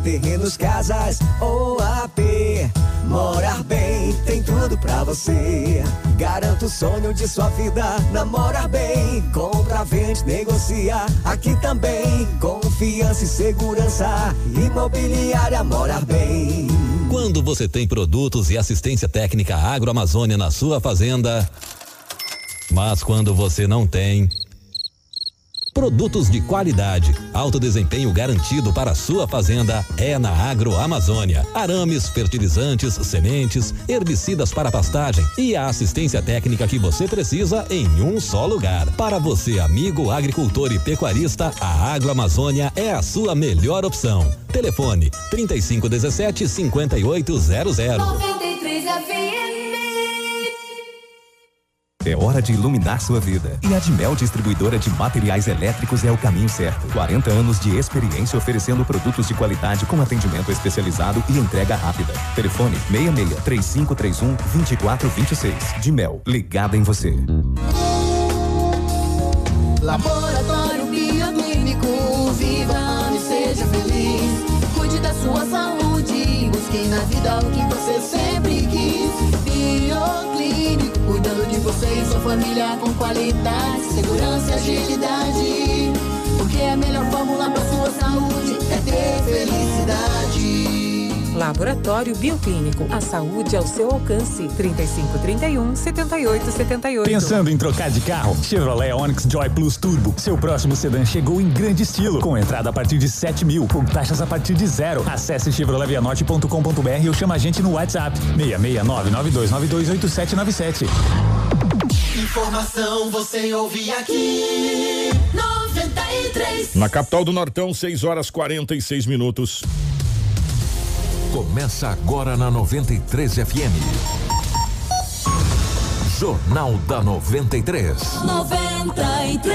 terrenos, casas ou AP. Morar Bem tem tudo pra você. Garanta o sonho de sua vida na Morar Bem. Compra, vende, negocia, aqui também. Confiança e segurança, Imobiliária Morar Bem. Quando você tem produtos e assistência técnica Agroamazônia na sua fazenda, mas quando você não tem produtos de qualidade, alto desempenho garantido para a sua fazenda, é na Agroamazônia. Arames, fertilizantes, sementes, herbicidas para pastagem e a assistência técnica que você precisa em um só lugar. Para você, amigo agricultor e pecuarista, a Agroamazônia é a sua melhor opção. Telefone 3517-5800. 93 FM. É hora de iluminar sua vida. E a Dimel Distribuidora de Materiais Elétricos é o caminho certo. 40 anos de experiência oferecendo produtos de qualidade com atendimento especializado e entrega rápida. Telefone 66-3531-2426. Dimel, ligada em você. Laboratório Bioclínico, viva e seja feliz. Cuide da sua saúde, busque na vida o que você sempre quis. Bioclínico, cuidando de você e sua família com qualidade, segurança e agilidade. Porque a melhor fórmula para sua saúde é ter felicidade. Laboratório Bioclínico, a saúde ao seu alcance. 3531-7878. Pensando em trocar de carro? Chevrolet Onix Joy Plus Turbo. Seu próximo sedã chegou em grande estilo, com entrada a partir de 7 mil, com taxas a partir de 0. Acesse chevroletvianorte.com.br ou chama a gente no WhatsApp 66992928797. Informação você ouve aqui. 93. Na capital do Nortão, 6h46. Começa agora na 93 FM. Jornal da 93. 93.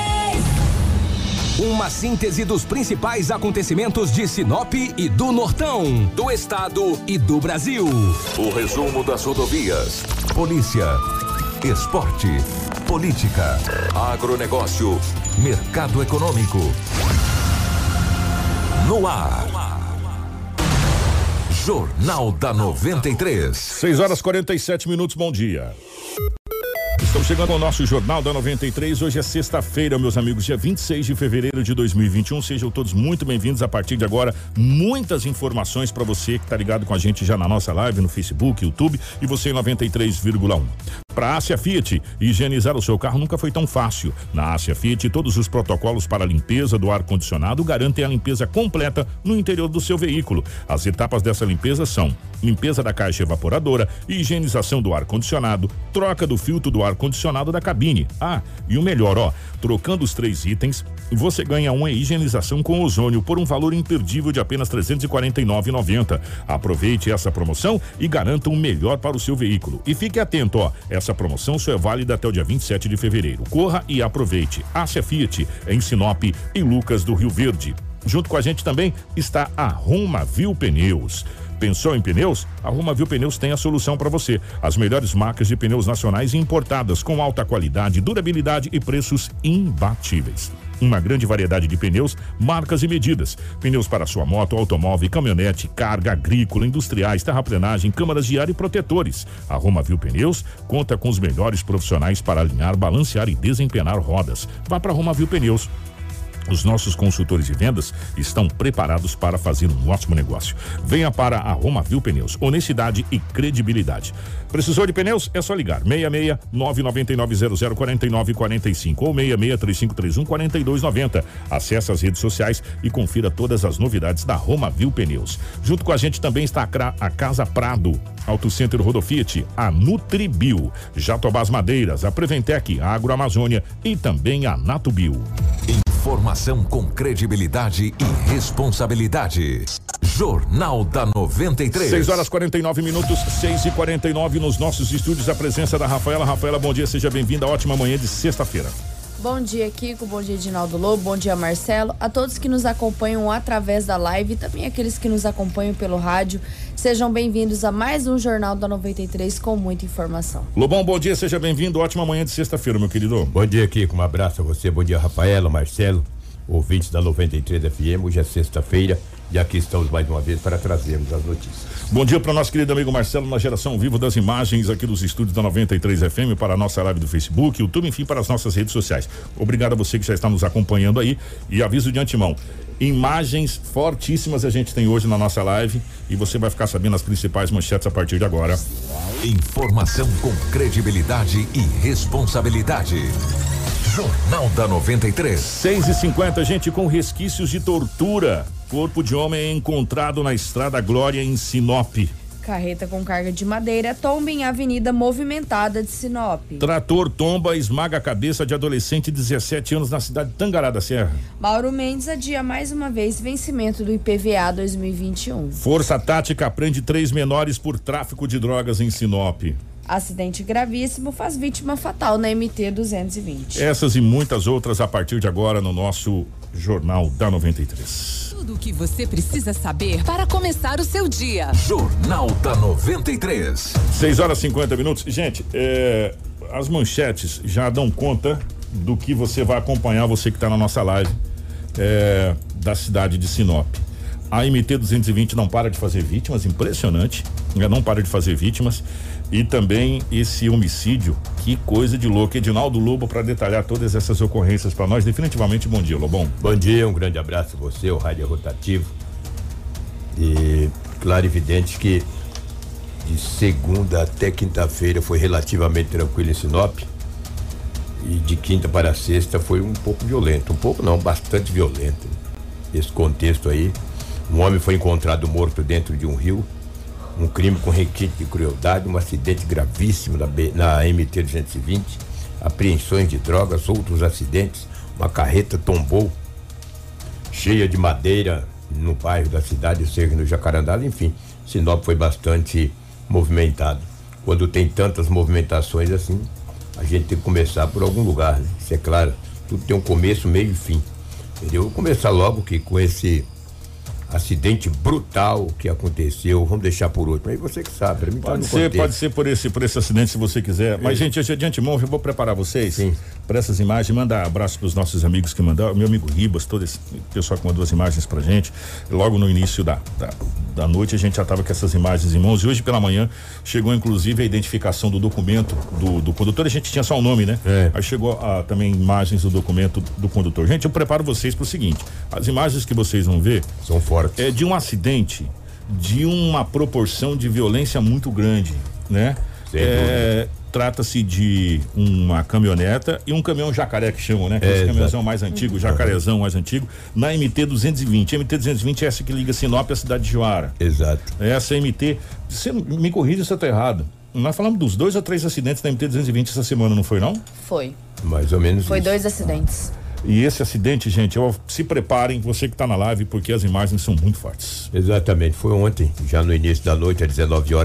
Uma síntese dos principais acontecimentos de Sinop e do Nortão, do estado e do Brasil. O resumo das rodovias, polícia, esporte, política, agronegócio, mercado econômico. No ar. Jornal da 93. 6h47, bom dia. Estamos chegando ao nosso Jornal da 93. Hoje é sexta-feira, meus amigos, dia 26 de fevereiro de 2021. Sejam todos muito bem-vindos. A partir de agora, muitas informações para você que está ligado com a gente já na nossa live, no Facebook, YouTube e você em 93,1. Para a Ásia Fiat, higienizar o seu carro nunca foi tão fácil. Na Ásia Fiat, todos os protocolos para a limpeza do ar-condicionado garantem a limpeza completa no interior do seu veículo. As etapas dessa limpeza são limpeza da caixa evaporadora, higienização do ar-condicionado, troca do filtro do ar-condicionado da cabine. Ah, e o melhor, trocando os 3 itens, você ganha uma higienização com ozônio por um valor imperdível de apenas R$ 349,90. Aproveite essa promoção e garanta o melhor para o seu veículo. E fique atento, essa promoção só é válida até o dia 27 de fevereiro. Corra e aproveite. Ásia Fiat, em Sinop e Lucas do Rio Verde. Junto com a gente também está a Romavil Pneus. Pensou em pneus? A Romavil Pneus tem a solução para você. As melhores marcas de pneus nacionais e importadas com alta qualidade, durabilidade e preços imbatíveis. Uma grande variedade de pneus, marcas e medidas. Pneus para sua moto, automóvel, caminhonete, carga, agrícola, industriais, terraplenagem, câmaras de ar e protetores. A Romavil Pneus conta com os melhores profissionais para alinhar, balancear e desempenhar rodas. Vá para a Romavil Pneus. Os nossos consultores de vendas estão preparados para fazer um ótimo negócio. Venha para a Romavil Pneus, honestidade e credibilidade. Precisou de pneus? É só ligar 66 99900 4945 ou 66 3531 4290. Acesse as redes sociais e confira todas as novidades da Romavil Pneus. Junto com a gente também está a Casa Prado, Auto Center Rodofiat, a Nutribio, Jatobás Madeiras, a Preventec, a Agroamazônia e também a Natubio. Informação com credibilidade e responsabilidade. Jornal da 93. 6h49, 6h49 nos nossos estúdios. A presença da Rafaela. Rafaela, bom dia, seja bem-vinda. Ótima manhã de sexta-feira. Bom dia, Kiko. Bom dia, Edinaldo Lobo. Bom dia, Marcelo. A todos que nos acompanham através da live e também aqueles que nos acompanham pelo rádio. Sejam bem-vindos a mais um Jornal da 93 com muita informação. Lobão, bom dia, seja bem-vindo. Ótima manhã de sexta-feira, meu querido. Bom dia, Kiko. Um abraço a você. Bom dia, Rafaela, Marcelo, ouvintes da 93 FM. Hoje é sexta-feira, E aqui estamos mais uma vez para trazermos as notícias. Bom dia para o nosso querido amigo Marcelo na geração vivo das imagens aqui dos estúdios da 93 FM, para a nossa live do Facebook, YouTube, enfim, para as nossas redes sociais. Obrigado a você que já está nos acompanhando aí e aviso de antemão. Imagens fortíssimas a gente tem hoje na nossa live e você vai ficar sabendo as principais manchetes a partir de agora. Informação com credibilidade e responsabilidade. Jornal da 93. 6h50, gente, com resquícios de tortura. Corpo de homem é encontrado na Estrada Glória, em Sinop. Carreta com carga de madeira tomba em avenida movimentada de Sinop. Trator tomba, esmaga a cabeça de adolescente de 17 anos na cidade de Tangará da Serra. Mauro Mendes adia mais uma vez vencimento do IPVA 2021. Força Tática prende 3 menores por tráfico de drogas em Sinop. Acidente gravíssimo faz vítima fatal na MT 220. Essas e muitas outras a partir de agora no nosso Jornal da 93. Tudo o que você precisa saber para começar o seu dia. Jornal da 93. 6h50. Gente, as manchetes já dão conta do que você vai acompanhar, você que está na nossa live da cidade de Sinop. A MT 220 não para de fazer vítimas, impressionante, não para de fazer vítimas. E também esse homicídio, que coisa de louco. Edinaldo Lobo para detalhar todas essas ocorrências para nós. Definitivamente, bom dia, Lobão. Bom dia, um grande abraço a você, o Rádio Rotativo. E claro, evidente que de segunda até quinta-feira foi relativamente tranquilo em Sinop. E de quinta para sexta foi um pouco violento. Um pouco não, bastante violento. Esse contexto aí, um homem foi encontrado morto dentro de um rio. Um crime com requinte de crueldade, um acidente gravíssimo na MT 220, apreensões de drogas, outros acidentes, uma carreta tombou cheia de madeira no bairro da cidade, cerca no Jacarandá, enfim, Sinop foi bastante movimentado. Quando tem tantas movimentações assim, a gente tem que começar por algum lugar, né? Isso é claro, tudo tem um começo, meio e fim, entendeu? Vou começar logo que com esse acidente brutal que aconteceu, vamos deixar por último, aí você que sabe, pra mim pode ser por esse acidente se você quiser, mas gente, de antemão eu vou preparar vocês para essas imagens, mandar abraço pros nossos amigos que mandaram, meu amigo Ribas, todo esse pessoal que mandou as imagens pra gente, logo no início da noite a gente já tava com essas imagens em mãos e hoje pela manhã chegou inclusive a identificação do documento do condutor, a gente tinha só o nome, né? Aí chegou também imagens do documento do condutor. Gente, eu preparo vocês pro seguinte, as imagens que vocês vão ver são fortes. É de um acidente de uma proporção de violência muito grande, né? Trata-se de uma caminhoneta e um caminhão jacaré que chamam, né? Esse caminhãozão mais antigo, jacarezão mais antigo, na MT 220. A MT 220 é essa que liga Sinop à cidade de Joara. Exato. Essa MT, você me corrija se eu tô errado. Nós falamos dos 2 ou 3 acidentes da MT 220 essa semana, não foi não? Foi. Mais ou menos. Foi 2 acidentes. E esse acidente, gente, se preparem, você que está na live, porque as imagens são muito fortes. Exatamente, foi ontem, já no início da noite, às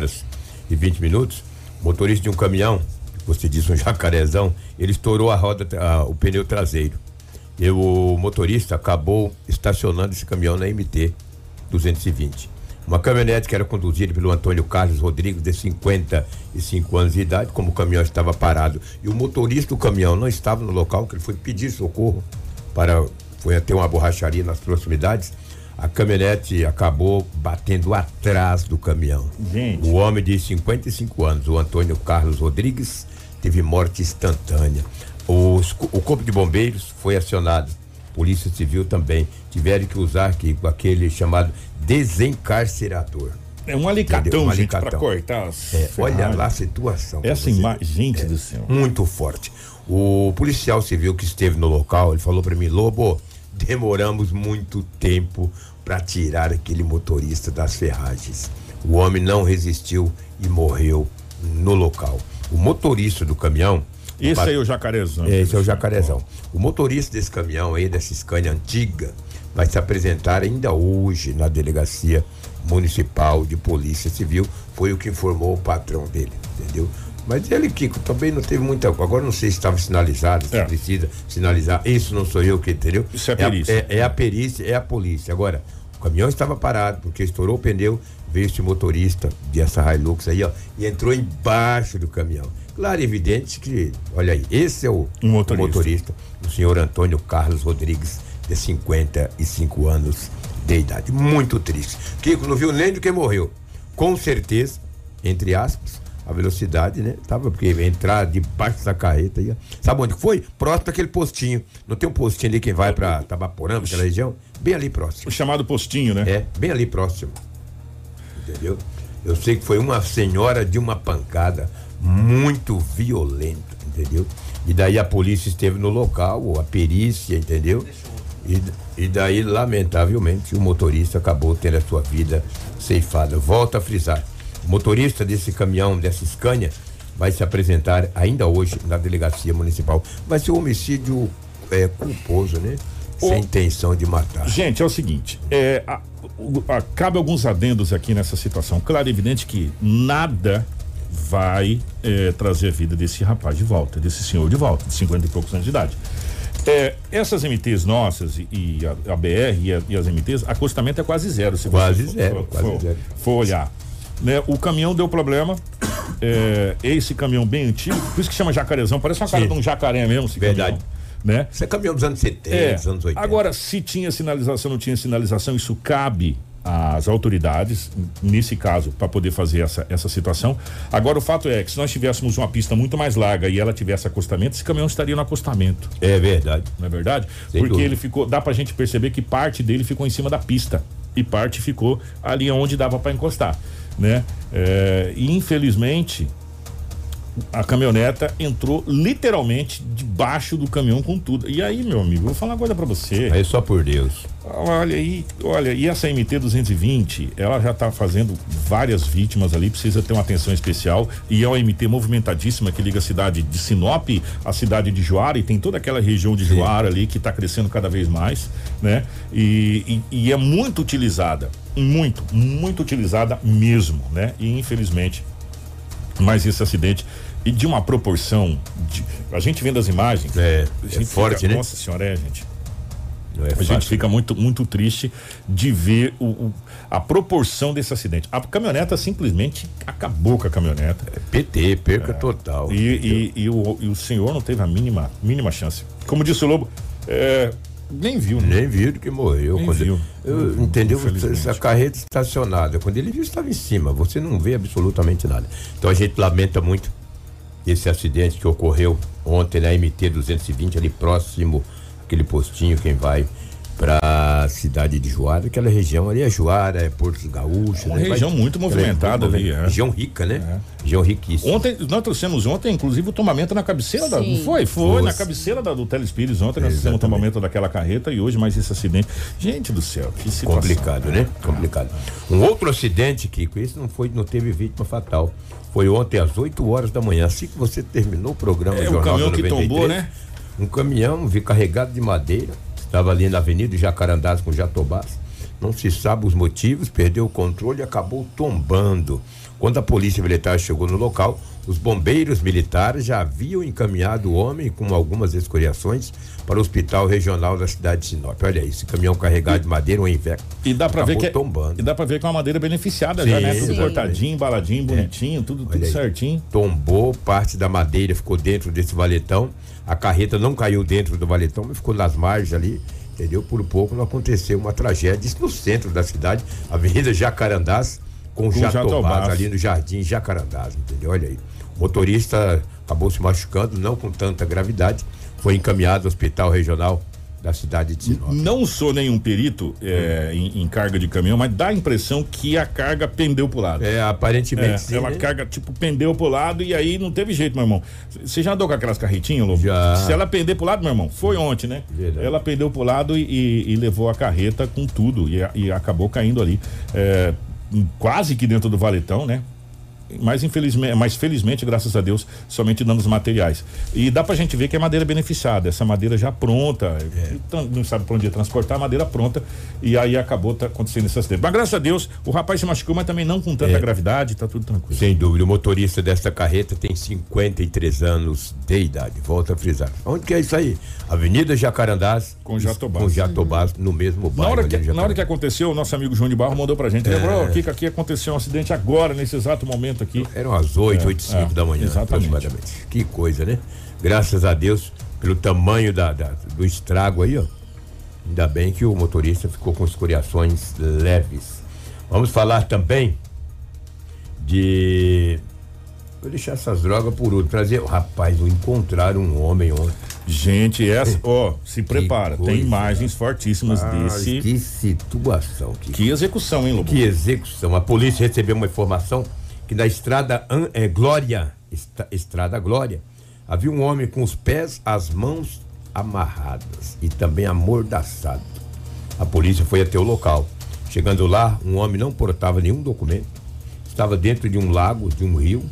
19h20, motorista de um caminhão, você disse um jacarezão, ele estourou o pneu traseiro. E o motorista acabou estacionando esse caminhão na MT 220. Uma caminhonete que era conduzida pelo Antônio Carlos Rodrigues, de 55 anos de idade, como o caminhão estava parado e o motorista do caminhão não estava no local, que ele foi pedir socorro foi até uma borracharia nas proximidades, a caminhonete acabou batendo atrás do caminhão. Gente. O homem de 55 anos, o Antônio Carlos Rodrigues, teve morte instantânea. O corpo de bombeiros foi acionado, Polícia Civil também, tiveram que usar aquele chamado desencarcerador. É um alicatão, gente, pra cortar. Olha lá a situação. Essa imagem, gente do céu. Muito forte. O policial civil que esteve no local, ele falou pra mim, Lobo, demoramos muito tempo pra tirar aquele motorista das ferragens. O homem não resistiu e morreu no local. O motorista do caminhão... Esse aí é o jacarezão. Esse é o jacarezão. O motorista desse caminhão aí, dessa Scania antiga, vai se apresentar ainda hoje na Delegacia Municipal de Polícia Civil, foi o que informou o patrão dele, entendeu? Mas ele, Kiko, também não teve muita... Agora não sei se estava sinalizado, se precisa sinalizar. Isso não sou eu que, entendeu? Isso é a perícia. É a perícia, é a polícia. Agora, o caminhão estava parado porque estourou o pneu, veio esse motorista dessa Hilux aí, ó, e entrou embaixo do caminhão. Claro, evidente que, olha aí, esse é o motorista, o senhor Antônio Carlos Rodrigues, de 55 anos de idade. Muito triste. Kiko não viu nem de quem morreu. Com certeza, entre aspas, a velocidade, né? Porque entrar debaixo da carreta aí. Sabe onde foi? Próximo daquele postinho. Não tem um postinho ali que vai pra Tabaporama, aquela região? Bem ali próximo. O chamado postinho, né? É, bem ali próximo. Entendeu? Eu sei que foi uma senhora de uma pancada muito violenta, entendeu? E daí a polícia esteve no local, a perícia, entendeu? E daí, lamentavelmente, o motorista acabou tendo a sua vida ceifada. Volto a frisar. O motorista desse caminhão, dessa Scania, vai se apresentar ainda hoje na delegacia municipal. Vai ser um homicídio culposo, né? Sem intenção de matar. Gente, é o seguinte, cabe alguns adendos aqui nessa situação. Claro, é evidente que nada vai trazer a vida desse rapaz de volta, desse senhor de volta, de 50 e poucos anos de idade. Essas MTs nossas e a BR e as MTs, acostamento é quase zero. Se quase você zero. For olhar. Né? O caminhão deu problema, esse caminhão bem antigo, por isso que chama jacarezão, parece uma cara de um jacaré mesmo. Verdade. Caminhão, né? Isso é caminhão dos anos 70, dos anos 80. Agora, se tinha sinalização, não tinha sinalização, isso cabe às autoridades, nesse caso, para poder fazer essa situação. Agora, o fato é que se nós tivéssemos uma pista muito mais larga e ela tivesse acostamento, esse caminhão estaria no acostamento. É verdade. Não é verdade? Sem Porque dúvida. ele ficou, dá pra gente perceber que parte dele ficou em cima da pista e parte ficou ali onde dava para encostar, né? E infelizmente a caminhoneta entrou literalmente debaixo do caminhão com tudo. E aí, meu amigo, eu vou falar uma coisa pra você. Aí só por Deus. Olha, e essa MT 220, ela já tá fazendo várias vítimas ali, precisa ter uma atenção especial, e é uma MT movimentadíssima que liga a cidade de Sinop à cidade de Juara, e tem toda aquela região de Juara ali que tá crescendo cada vez mais, né? E é muito utilizada, muito utilizada mesmo, né? E infelizmente, mais esse acidente e de uma proporção a gente vendo as imagens, a gente forte, né? Nossa senhora, gente. A gente fica muito triste de ver a proporção desse acidente. A caminhoneta simplesmente acabou com a caminhoneta. PT, perca total. E o senhor não teve a mínima chance. Como disse o Lobo, nem viu, né? Nem viu que morreu. Entendeu? Essa carreta estacionada, quando ele viu, estava em cima. Você não vê absolutamente nada. Então a gente lamenta muito esse acidente que ocorreu ontem na MT 220, ali próximo aquele postinho, quem vai pra cidade de Juara, aquela região ali é Juara, é Porto Gaúcho. Uma região muito movimentada ali, região rica, né? Região riquíssima. Ontem, nós trouxemos inclusive o tombamento na cabeceira foi na cabeceira do Telespires ontem, nós fizemos o tombamento daquela carreta e hoje mais esse acidente. Gente do céu, que situação. Complicado, né? Complicado. Um outro acidente, Kiko, esse não teve vítima fatal. Foi ontem às 8 horas da manhã, assim que você terminou o programa o caminhão que tombou, né? Um caminhão carregado de madeira, estava ali na Avenida Jacarandás com Jatobás, não se sabe os motivos, perdeu o controle e acabou tombando. Quando a polícia militar chegou no local, os bombeiros militares já haviam encaminhado o homem com algumas escoriações para o hospital regional da cidade de Sinop. Olha aí, esse caminhão carregado de madeira, um Iveco. E dá para ver que tombando. E dá para ver que é uma madeira beneficiada já, né? Tudo cortadinho, embaladinho, bonitinho, tudo certinho. Tombou, parte da madeira ficou dentro desse valetão. A carreta não caiu dentro do valetão, mas ficou nas margens ali, entendeu? Por pouco não aconteceu uma tragédia. Isso no centro da cidade, Avenida Jacarandás com Jatobás, ali no Jardim Jacarandás, entendeu? Olha aí. O motorista acabou se machucando, não com tanta gravidade, foi encaminhado ao hospital regional da cidade de Sinop. Não sou nenhum perito em carga de caminhão, mas dá a impressão que a carga pendeu pro lado. Aparentemente sim, ela carga, pendeu pro lado e aí não teve jeito, meu irmão. Você já andou com aquelas carretinhas, Lobo? Já. Se ela pender pro lado, meu irmão, foi ontem, né? Verdade. Ela pendeu pro lado e levou a carreta com tudo e acabou caindo ali, quase que dentro do valetão, né? Mas felizmente, graças a Deus, somente danos materiais. E dá pra gente ver que é madeira beneficiada, essa madeira já pronta, não sabe pra onde ia transportar, a madeira pronta, e aí acabou acontecendo esse acidente. Mas graças a Deus, o rapaz se machucou, mas também não com tanta gravidade, tá tudo tranquilo. Sem dúvida, o motorista desta carreta tem 53 anos de idade, volta a frisar. Onde que é isso aí? Avenida Jacarandás com Jatobás. Com Jatobás no mesmo bairro. Na hora que aconteceu, o nosso amigo João de Barro mandou pra gente, lembrou aqui aconteceu um acidente agora, nesse exato momento aqui. Eram às 8h05 da manhã, aproximadamente. Que coisa, né? Graças a Deus, pelo tamanho do estrago aí, ó. Ainda bem que o motorista ficou com escoriações leves. Vamos falar também de... Vou deixar essas drogas por último. Rapaz, encontraram um homem ontem. Gente, se prepara. Tem imagens fortíssimas desse. Que situação. Que execução, hein, Lobo? Que execução. A polícia recebeu uma informação que na estrada Glória, Estrada Glória, havia um homem com os pés, as mãos amarradas e também amordaçado. A polícia foi até o local. Chegando lá, um homem não portava nenhum documento, estava dentro de um lago, de um rio,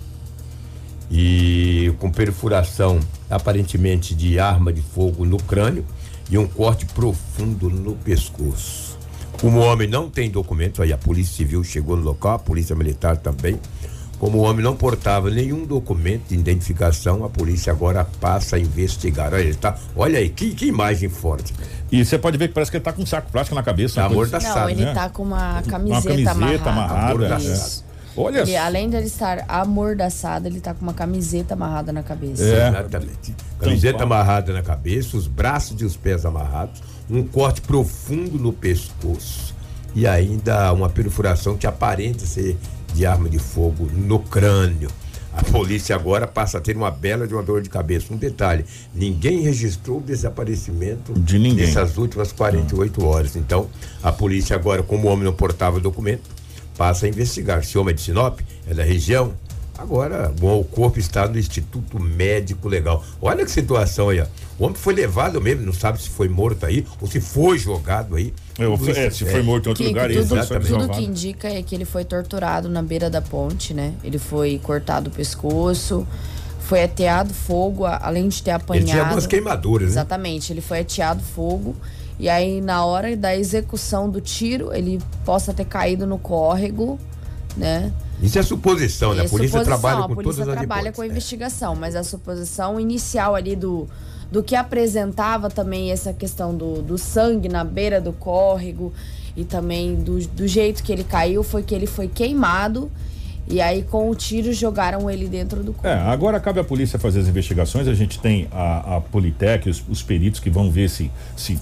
e com perfuração aparentemente de arma de fogo no crânio e um corte profundo no pescoço. Como o homem não tem documento, aí a Polícia Civil chegou no local, a Polícia Militar também. Como o homem não portava nenhum documento de identificação, a polícia agora passa a investigar. Olha aí, que imagem forte. E você pode ver que parece que ele tá com um saco plástico na cabeça. Tá amordaçado, não, ele né? tá com uma camiseta amarrada. Olha ele, além de ele estar amordaçado, ele tá com uma camiseta amarrada na cabeça. Exatamente. Camiseta amarrada na cabeça, os braços e os pés amarrados, um corte profundo no pescoço e ainda uma perfuração que aparenta ser de arma de fogo no crânio. A polícia agora passa a ter uma bela de uma dor de cabeça. Um detalhe, ninguém registrou o desaparecimento de ninguém nessas últimas 48 horas. Então, a polícia agora, como o homem não portava documento, passa a investigar. Se o homem é de Sinop, é da região, agora o corpo está no Instituto Médico Legal. Olha que situação aí, ó. O homem foi levado mesmo, não sabe se foi morto aí ou se foi jogado aí. Se foi morto em outro lugar, tudo que indica é que ele foi torturado na beira da ponte, né? Ele foi cortado o pescoço, foi ateado fogo, além de ter apanhado. Ele tinha algumas queimaduras, né? Exatamente, ele foi ateado fogo. E aí, na hora da execução do tiro, ele possa ter caído no córrego, né? Isso é suposição, né? A polícia trabalha com todas as hipóteses. A polícia trabalha com a investigação, mas a suposição inicial ali do que apresentava também essa questão do sangue na beira do córrego e também do jeito que ele caiu, foi que ele foi queimado. E aí, com o tiro, jogaram ele dentro do corpo. Agora cabe à polícia fazer as investigações. A gente tem a Politec, os peritos que vão ver se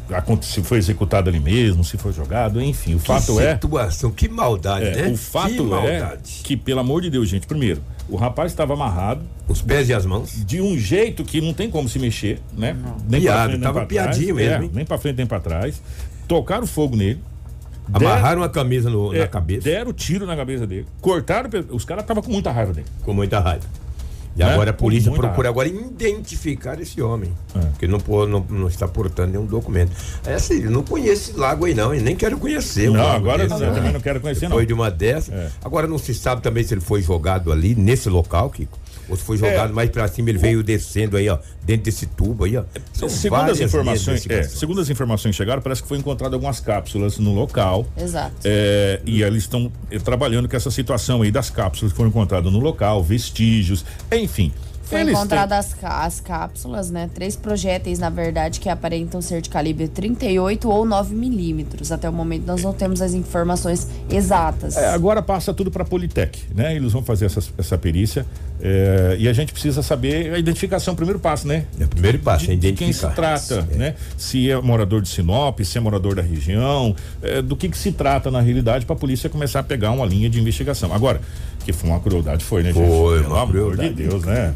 foi executado ali mesmo, se foi jogado, enfim. O fato é... Que situação, que maldade, né? O fato é que, pelo amor de Deus, gente, primeiro, o rapaz estava amarrado. Os pés e as mãos. De um jeito que não tem como se mexer, né? Nem piado, tava piadinho mesmo. Nem pra frente, nem pra trás. Tocaram fogo nele. Amarraram a camisa na cabeça. Deram tiro na cabeça dele. Cortaram. Os caras estavam com muita raiva dele. Com muita raiva. E agora a polícia procura agora identificar esse homem. Porque não está portando nenhum documento. Assim, eu não conheço esse lago aí não, e nem quero conhecer. Não, agora eu também não quero conhecer, não. Foi de uma dessas. Agora não se sabe também se ele foi jogado ali, nesse local, Kiko. Ou se foi jogado mais pra cima, ele veio descendo aí, ó, dentro desse tubo aí, ó. Segundo as informações chegaram, parece que foi encontrado algumas cápsulas no local. Exato. E eles estão trabalhando com essa situação aí das cápsulas que foram encontradas no local, vestígios, enfim. Foi encontradas as cápsulas, né? 3 projéteis, na verdade, que aparentam ser de calibre 38 ou 9 milímetros. Até o momento nós não temos as informações exatas. Agora passa tudo para a Politec, né? Eles vão fazer essa perícia e a gente precisa saber a identificação, o primeiro passo, né? O primeiro passo é identificar. De quem se trata, né? Se é morador de Sinop, se é morador da região, do que se trata na realidade, para a polícia começar a pegar uma linha de investigação. Agora, que foi uma crueldade, foi, né, gente? Foi, pelo amor de Deus, né?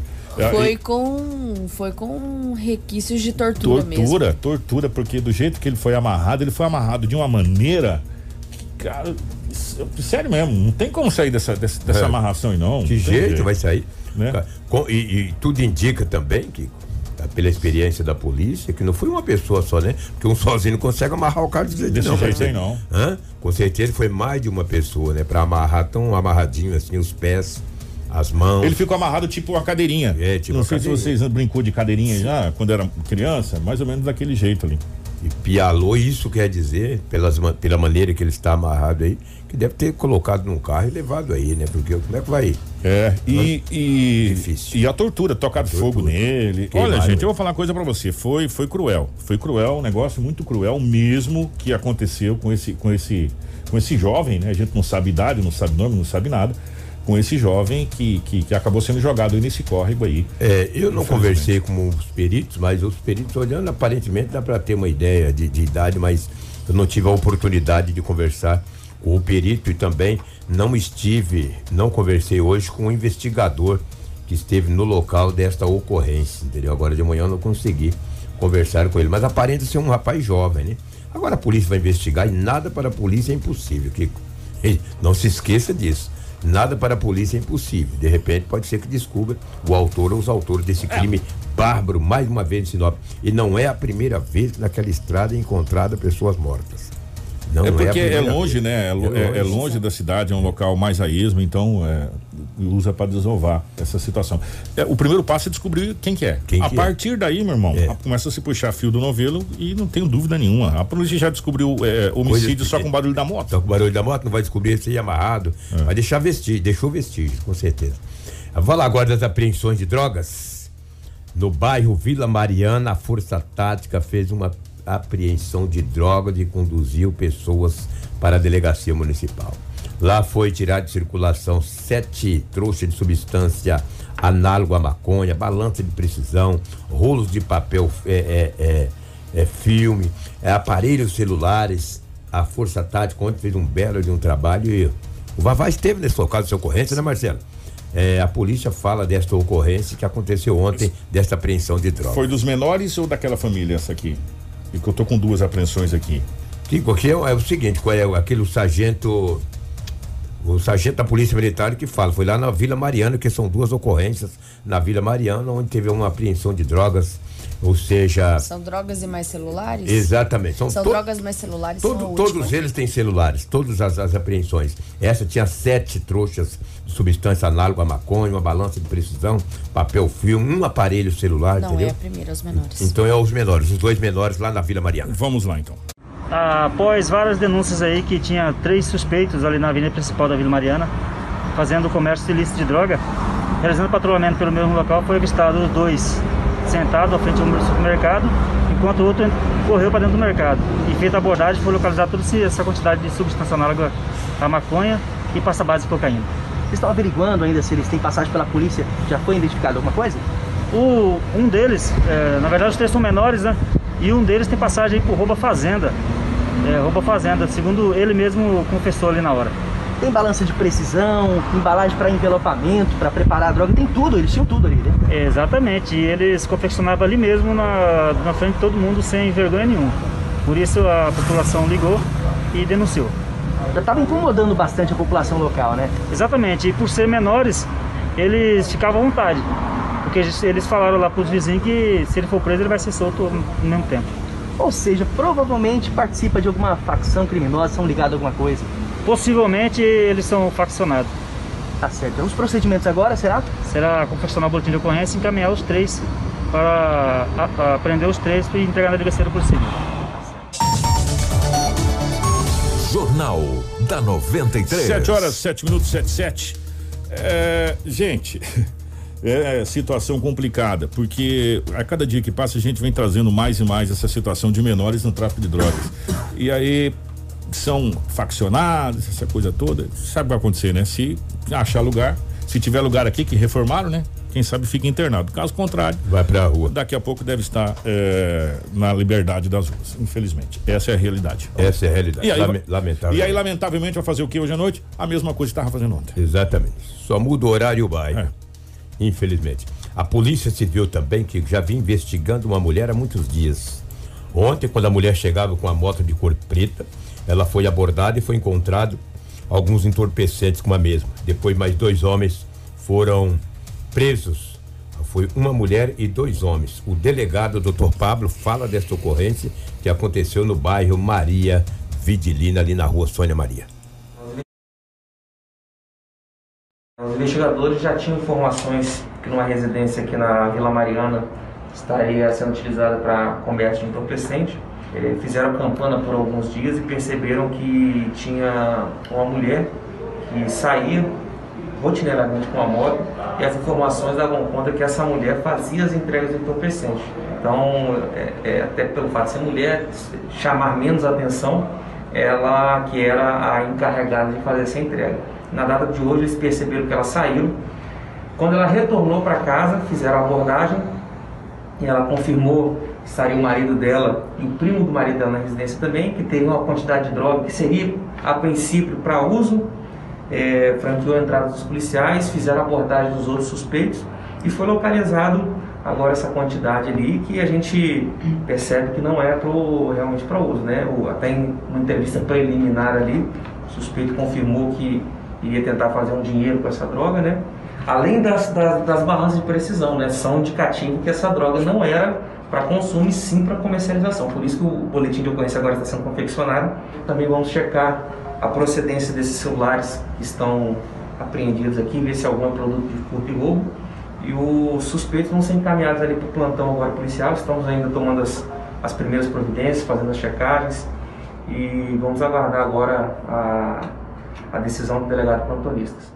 Foi com requisitos de tortura mesmo. Tortura, porque do jeito que ele foi amarrado de uma maneira que, cara, sério mesmo, não tem como sair dessa amarração aí não. Que jeito vai sair, né? E tudo indica também que, pela experiência da polícia, que não foi uma pessoa só, né? Porque um sozinho não consegue amarrar o cara desse jeito aí não. Com certeza foi mais de uma pessoa, né? Pra amarrar tão amarradinho assim os pés, as mãos. Ele ficou amarrado tipo uma cadeirinha. Não sei se vocês brincou de cadeirinha já, quando era criança, mais ou menos daquele jeito ali. E pialou, isso quer dizer, pela maneira que ele está amarrado aí, que deve ter colocado num carro e levado aí, né? Porque como é que vai ir? Difícil. E a tortura, tocado fogo nele. Olha, gente, eu vou falar uma coisa pra você, foi cruel. Foi cruel, um negócio muito cruel mesmo que aconteceu com esse jovem, né? A gente não sabe idade, não sabe nome, não sabe nada. com esse jovem que acabou sendo jogado nesse córrego aí. Eu não conversei com os peritos, mas os peritos olhando, aparentemente dá para ter uma ideia de idade, mas eu não tive a oportunidade de conversar com o perito e também não conversei hoje com o investigador que esteve no local desta ocorrência, entendeu? Agora de manhã eu não consegui conversar com ele, mas aparenta ser um rapaz jovem, né? Agora a polícia vai investigar e nada para a polícia é impossível, Kiko. Não se esqueça disso. Nada para a polícia é impossível. De repente pode ser que descubra o autor ou os autores desse crime bárbaro, mais uma vez em Sinop. E não é a primeira vez que naquela estrada é encontrada pessoas mortas. Não porque é longe, vez. né? É longe da cidade, é um local mais a esmo, então usa para desovar essa situação. O primeiro passo é descobrir quem que é. A partir daí, meu irmão, começa a se puxar fio do novelo e não tenho dúvida nenhuma. A polícia já descobriu homicídio só com barulho da moto. Só com barulho da moto, não vai descobrir se é amarrado. Vai deixou vestígios, com certeza. Vamos falar agora das apreensões de drogas. No bairro Vila Mariana, a Força Tática fez uma apreensão de drogas e conduziu pessoas para a delegacia municipal. Lá foi tirado de circulação 7 trouxas de substância análoga à maconha, balança de precisão, rolos de papel filme, aparelhos celulares. A Força Tática ontem fez um belo de um trabalho e o Vavá esteve nesse local de ocorrência, né, Marcelo? A polícia fala desta ocorrência que aconteceu ontem, desta apreensão de drogas. Foi dos menores ou daquela família essa aqui? E que eu tô com 2 apreensões aqui. Kiko, aqui é o seguinte, aquele sargento da Polícia Militar que fala, foi lá na Vila Mariana, que são 2 ocorrências na Vila Mariana, onde teve uma apreensão de drogas, ou seja... São drogas e mais celulares? Exatamente. São drogas mais celulares. Todos eles têm celulares, todas as apreensões. Essa tinha 7 trouxas de substância análoga à maconha, uma balança de precisão, papel filme, um aparelho celular, não, entendeu? É a primeira, os menores. Então é os menores, os 2 menores lá na Vila Mariana. Vamos lá, então. Após várias denúncias aí que tinha 3 suspeitos ali na avenida principal da Vila Mariana, fazendo comércio ilícito de droga, realizando patrulhamento pelo mesmo local, foi avistado 2 sentados à frente do supermercado, enquanto o outro correu para dentro do mercado. E feita a abordagem, foi localizada toda essa quantidade de substância análoga à maconha e pasta base de cocaína. Vocês estão averiguando ainda se eles têm passagem pela polícia? Já foi identificado alguma coisa? Um deles, na verdade os 3 são menores, né? E um deles tem passagem aí por roubo à fazenda. Roubo à fazenda, segundo ele mesmo confessou ali na hora. Tem balança de precisão, embalagem para envelopamento, para preparar a droga, tem tudo, eles tinham tudo ali, né? Exatamente, e eles confeccionavam ali mesmo na frente de todo mundo sem vergonha nenhuma. Por isso a população ligou e denunciou. Já estava incomodando bastante a população local, né? Exatamente, e por ser menores, eles ficavam à vontade. Porque eles falaram lá para os vizinhos que se ele for preso ele vai ser solto no mesmo tempo. Ou seja, provavelmente participa de alguma facção criminosa, são ligados a alguma coisa. Possivelmente eles são faccionados. Tá certo. Os procedimentos agora, será? Será confeccionar o boletim de ocorrência e encaminhar os 3 para prender os 3 e entregar na delegacia da Polícia Civil. Jornal da 93. 7h07, 7:07. Gente, situação complicada, porque a cada dia que passa a gente vem trazendo mais e mais essa situação de menores no tráfico de drogas. E aí são faccionados, essa coisa toda. Sabe o que vai acontecer, né? Se achar lugar, se tiver lugar aqui que reformaram, né? Quem sabe fica internado. Caso contrário, vai pra rua. Daqui a pouco deve estar na liberdade das ruas, infelizmente. Essa é a realidade. Essa é a realidade. Lamentável. E aí, lamentavelmente, vai fazer o que hoje à noite? A mesma coisa que estava fazendo ontem. Exatamente. Só muda o horário e o bairro. Infelizmente. A Polícia Civil também, que já vinha investigando uma mulher há muitos dias. Ontem, quando a mulher chegava com a moto de cor preta, ela foi abordada e foi encontrado alguns entorpecentes com a mesma. Depois, mais 2 homens foram presos. Foi uma mulher e 2 homens. O delegado, Dr. Pablo, fala desta ocorrência que aconteceu no bairro Maria Vidilina, ali na rua Sônia Maria. Os investigadores já tinham informações que numa residência aqui na Vila Mariana estaria sendo utilizada para comércio de entorpecente. Fizeram a campana por alguns dias e perceberam que tinha uma mulher que saía rotineiramente com a moto e as informações davam conta que essa mulher fazia as entregas de entorpecente. Então, até pelo fato de ser mulher, chamar menos atenção, ela que era a encarregada de fazer essa entrega. Na data de hoje eles perceberam que ela saiu. Quando ela retornou para casa, fizeram a abordagem e ela confirmou que estaria o marido dela e o primo do marido dela na residência também, que teria uma quantidade de droga que seria a princípio para uso. Franqueou a entrada dos policiais, fizeram a abordagem dos outros suspeitos e foi localizado agora essa quantidade ali que a gente percebe que não é realmente para uso, né? Até em uma entrevista preliminar ali, o suspeito confirmou que iria tentar fazer um dinheiro com essa droga, né? Além das balanças de precisão, né? São indicativos que essa droga não era para consumo e sim para comercialização. Por isso que o boletim de ocorrência agora está sendo confeccionado. Também vamos checar a procedência desses celulares que estão apreendidos aqui, ver se algum é produto de furto e roubo. E os suspeitos vão ser encaminhados ali para o plantão agora policial. Estamos ainda tomando as primeiras providências, fazendo as checagens e vamos aguardar agora a decisão do delegado plantonistas.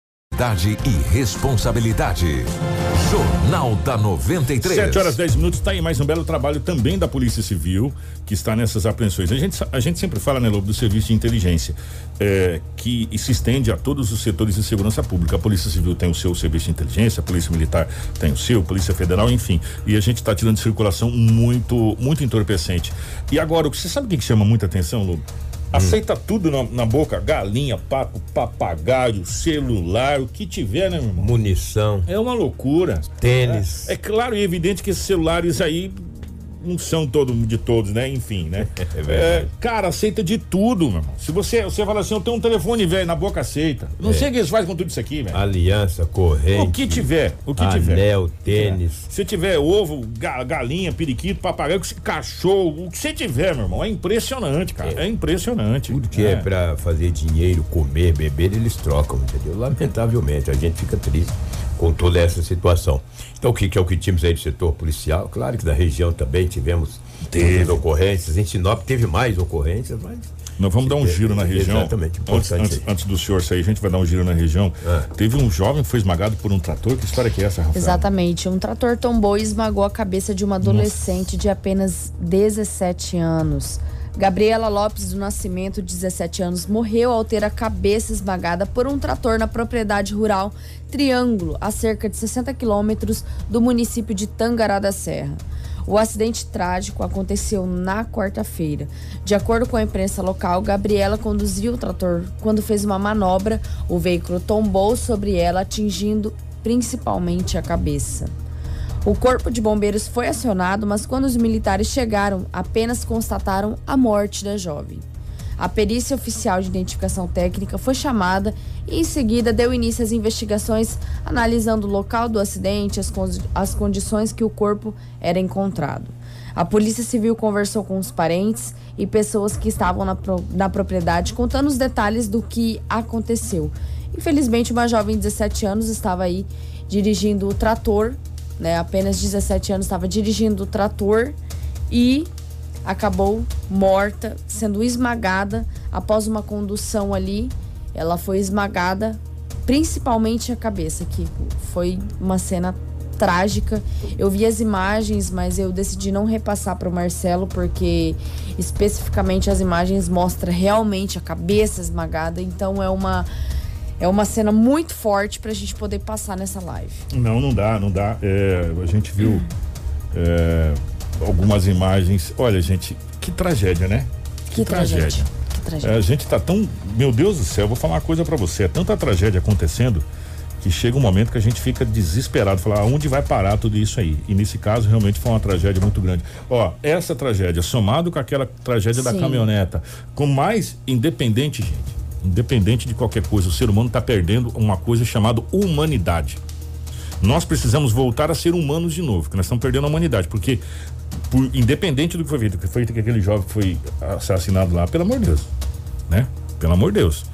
E responsabilidade. Jornal da 93. 7h10, tá aí mais um belo trabalho também da Polícia Civil, que está nessas apreensões. A gente sempre fala, né, Lobo, do serviço de inteligência, que se estende a todos os setores de segurança pública. A Polícia Civil tem o seu serviço de inteligência, a Polícia Militar tem o seu, Polícia Federal, enfim. E a gente está tirando de circulação muito entorpecente. E agora, você sabe o que chama muita atenção, Lobo? Aceita tudo na boca, galinha, papo, papagaio, celular, o que tiver, né, meu irmão? Munição. É uma loucura. Tênis. É claro e evidente que esses celulares aí não são de todos, né? Enfim, né? Cara, aceita de tudo, meu irmão. Se você fala assim, eu tenho um telefone velho na boca, aceita. Não sei o que eles fazem com tudo isso aqui, velho. Aliança, corrente. O que tiver. Anel, tênis. Se tiver ovo, galinha, periquito, papagaio, cachorro, o que você tiver, meu irmão, é impressionante, cara. É impressionante. Tudo que é pra fazer dinheiro, comer, beber, eles trocam, entendeu? Lamentavelmente, a gente fica triste com toda essa situação. Então, o que é o que tínhamos aí do setor policial? Claro que da região também tivemos ocorrências. Em Sinop teve mais ocorrências, mas... Nós vamos dar um giro na região. Exatamente, importante. Antes do senhor sair, a gente vai dar um giro na região. Teve um jovem que foi esmagado por um trator. Que história que é essa, Rafael? Exatamente. Um trator tombou e esmagou a cabeça de uma adolescente de apenas 17 anos. Gabriela Lopes do Nascimento, 17 anos, morreu ao ter a cabeça esmagada por um trator na propriedade rural Triângulo, a cerca de 60 quilômetros do município de Tangará da Serra. O acidente trágico aconteceu na quarta-feira. De acordo com a imprensa local, Gabriela conduziu o trator. Quando fez uma manobra, o veículo tombou sobre ela, atingindo principalmente a cabeça. O corpo de bombeiros foi acionado, mas quando os militares chegaram, apenas constataram a morte da jovem. A perícia oficial de identificação técnica foi chamada e, em seguida, deu início às investigações, analisando o local do acidente, as condições que o corpo era encontrado. A Polícia Civil conversou com os parentes e pessoas que estavam na propriedade, contando os detalhes do que aconteceu. Infelizmente, uma jovem de 17 anos estava aí dirigindo o trator, né? Apenas 17 anos, estava dirigindo o trator e acabou morta, sendo esmagada após uma condução ali. Ela foi esmagada, principalmente a cabeça, que foi uma cena trágica. Eu vi as imagens, mas eu decidi não repassar para o Marcelo, porque especificamente as imagens mostram realmente a cabeça esmagada, então é uma cena muito forte pra gente poder passar nessa live. Não dá. A gente viu algumas imagens. Olha, gente, que tragédia, né? Que tragédia. A gente tá tão... Meu Deus do céu, eu vou falar uma coisa pra você. É tanta tragédia acontecendo que chega um momento que a gente fica desesperado, falar aonde vai parar tudo isso aí. E nesse caso realmente foi uma tragédia muito grande. Essa tragédia somado com aquela tragédia da caminhoneta, com mais independente de qualquer coisa, o ser humano está perdendo uma coisa chamada humanidade. Nós precisamos voltar a ser humanos de novo, porque nós estamos perdendo a humanidade, porque independente do que foi feito que aquele jovem foi assassinado lá, pelo amor de Deus, né? Pelo amor de Deus.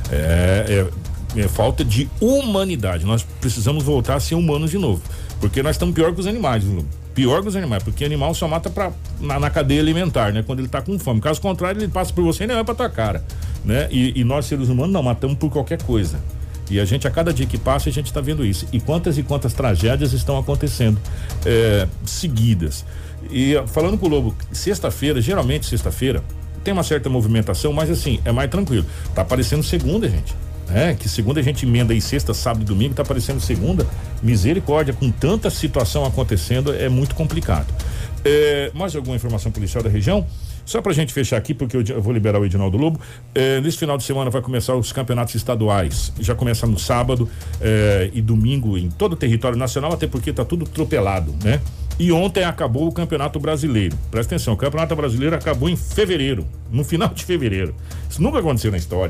É falta de humanidade. Nós precisamos voltar a ser humanos de novo, porque nós estamos pior que os animais, porque animal só mata na cadeia alimentar, né? Quando ele está com fome. Caso contrário, ele passa por você e não é pra tua cara, né? E nós, seres humanos, não matamos por qualquer coisa. E a gente, a cada dia que passa, a gente está vendo isso. E quantas tragédias estão acontecendo seguidas. E falando com o Lobo, geralmente sexta-feira tem uma certa movimentação, mas assim, é mais tranquilo. Tá aparecendo segunda, gente. Que segunda a gente emenda aí sexta, sábado e domingo, tá aparecendo segunda. Misericórdia, com tanta situação acontecendo, é muito complicado. Mais alguma informação policial da região? Só pra gente fechar aqui, porque eu vou liberar o Edinaldo Lobo. Nesse final de semana vai começar os campeonatos estaduais. Já começa no sábado e domingo em todo o território nacional, até porque tá tudo atropelado, né? E ontem acabou o Campeonato Brasileiro. Presta atenção, o Campeonato Brasileiro acabou em fevereiro, no final de fevereiro. Isso nunca aconteceu na história.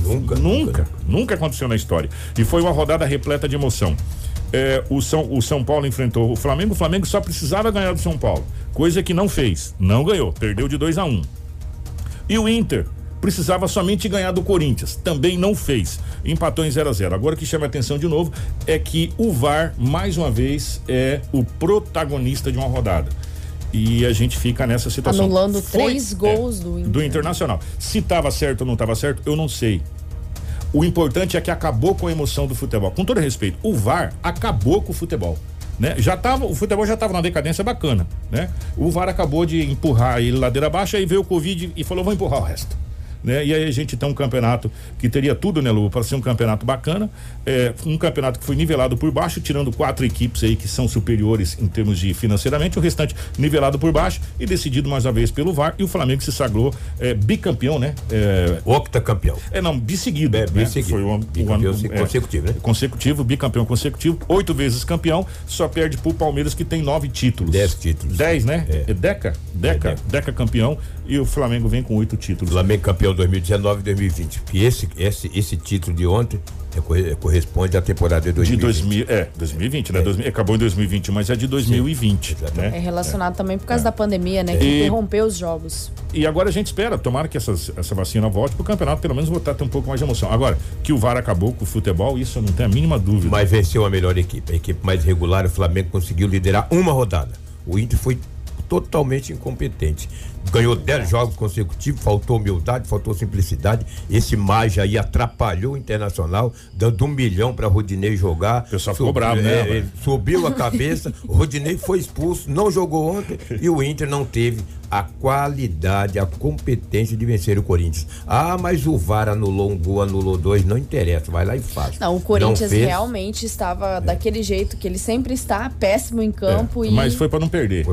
Nunca aconteceu na história. E foi uma rodada repleta de emoção. O São Paulo enfrentou o Flamengo só precisava ganhar do São Paulo, coisa que não fez, não ganhou, perdeu de 2-1. E o Inter precisava somente ganhar do Corinthians, também não fez, empatou em 0-0. Agora o que chama a atenção de novo é que o VAR, mais uma vez, é o protagonista de uma rodada. E a gente fica nessa situação. Anulando 3 gols do Internacional. Se estava certo ou não estava certo, eu não sei. O importante é que acabou com a emoção do futebol. Com todo respeito, o VAR acabou com o futebol, né? O futebol já estava numa decadência bacana, né? O VAR acabou de empurrar ele ladeira abaixo, aí veio o Covid e falou, vou empurrar o resto, né? E aí a gente tem um campeonato que teria tudo, né, Lu, para ser um campeonato bacana, um campeonato que foi nivelado por baixo, tirando 4 equipes aí que são superiores em termos de financeiramente, o restante nivelado por baixo e decidido mais uma vez pelo VAR, e o Flamengo se sagrou bicampeão, né? Octacampeão. Bisseguido. Bisseguido. Foi um consecutivo, né? Consecutivo, bicampeão consecutivo, 8 vezes campeão, só perde pro Palmeiras que tem 9 títulos. 10 títulos. 10, né? Deca campeão, e o Flamengo vem com 8 títulos. Flamengo campeão 2019 e 2020. E esse título de ontem corresponde à temporada de 2020. 2020, né? Acabou em 2021, mas é de 2020, né? É relacionado também por causa da pandemia, né? Que interrompeu os jogos. E agora a gente espera, tomara que essa vacina volte pro campeonato, pelo menos voltar a ter um pouco mais de emoção. Agora, que o VAR acabou com o futebol, isso eu não tenho a mínima dúvida. Mas venceu a melhor equipe. A equipe mais regular, o Flamengo conseguiu liderar uma rodada. O Inter foi totalmente incompetente. Ganhou 10 jogos consecutivos, faltou humildade, faltou simplicidade. Esse Maja aí atrapalhou o Internacional, dando 1 milhão para Rodinei jogar. O pessoal ficou bravo, né? Subiu a cabeça, o Rodinei foi expulso, não jogou ontem e o Inter não teve a qualidade, a competência de vencer o Corinthians. Mas o VAR anulou um gol, anulou 2, não interessa, vai lá e faz. Não, o Corinthians realmente estava daquele jeito que ele sempre está, péssimo em campo. Mas foi para não perder.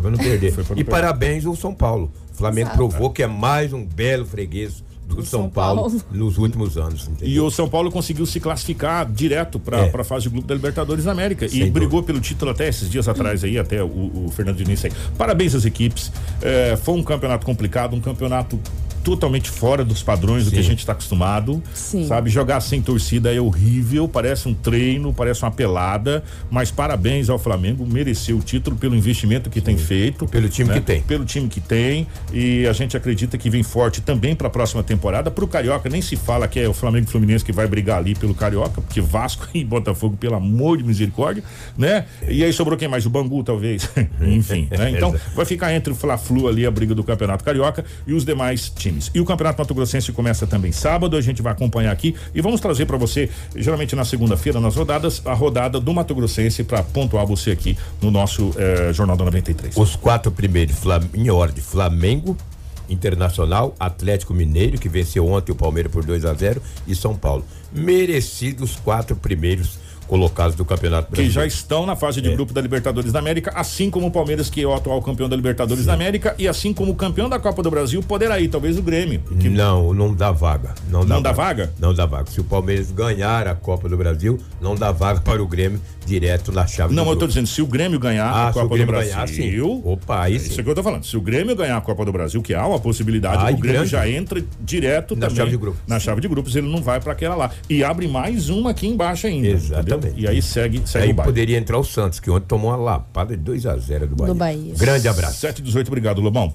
Parabéns ao São Paulo. O Flamengo provou que é mais um belo freguês do São Paulo nos últimos anos. Entendeu? E o São Paulo conseguiu se classificar direto para a fase de grupo da Libertadores da América. Sem brigou pelo título até esses dias atrás aí, até o Fernando Diniz aí. Parabéns às equipes. Foi um campeonato complicado, um campeonato totalmente fora dos padrões do que a gente está acostumado. Sabe, jogar sem torcida é horrível, parece um treino, parece uma pelada, mas parabéns ao Flamengo, mereceu o título pelo investimento que tem feito, pelo time que tem. Pelo time que tem, e a gente acredita que vem forte também para a próxima temporada. Pro Carioca nem se fala que é o Flamengo e Fluminense que vai brigar ali pelo Carioca, porque Vasco e Botafogo, pelo amor de misericórdia, né? E aí sobrou quem mais? O Bangu, talvez. Enfim, né? Então vai ficar entre o Fla-Flu ali, a briga do Campeonato Carioca e os demais times. E o Campeonato Mato Grossense começa também sábado, a gente vai acompanhar aqui e vamos trazer para você, geralmente na segunda-feira, nas rodadas, a rodada do Mato Grossense para pontuar você aqui no nosso Jornal da 93. Os 4 primeiros em ordem: Flamengo, Internacional, Atlético Mineiro, que venceu ontem o Palmeiras por 2-0, e São Paulo. Merecidos 4 primeiros colocados do Campeonato Brasileiro. Que já estão na fase de grupo da Libertadores da América, assim como o Palmeiras, que é o atual campeão da Libertadores da América, e assim como o campeão da Copa do Brasil, poderá ir, talvez o Grêmio. Não dá vaga. Não dá vaga? Não dá vaga. Se o Palmeiras ganhar a Copa do Brasil, não dá vaga para o Grêmio direto na chave. Não, eu tô dizendo, se o Grêmio ganhar a Copa do Brasil. Ganhar, sim. Opa, aí sim. Isso é que eu tô falando. Se o Grêmio ganhar a Copa do Brasil, que há uma possibilidade, o Grêmio já entra direto na também chave de grupos. Na chave de grupos, ele não vai para aquela lá. E abre mais uma aqui embaixo ainda. Exatamente. Entendeu? E aí segue aí o baile. Poderia entrar o Santos, que ontem tomou uma lapada de 2-0 do Bahia. Grande abraço. 7:18, obrigado, Lobão.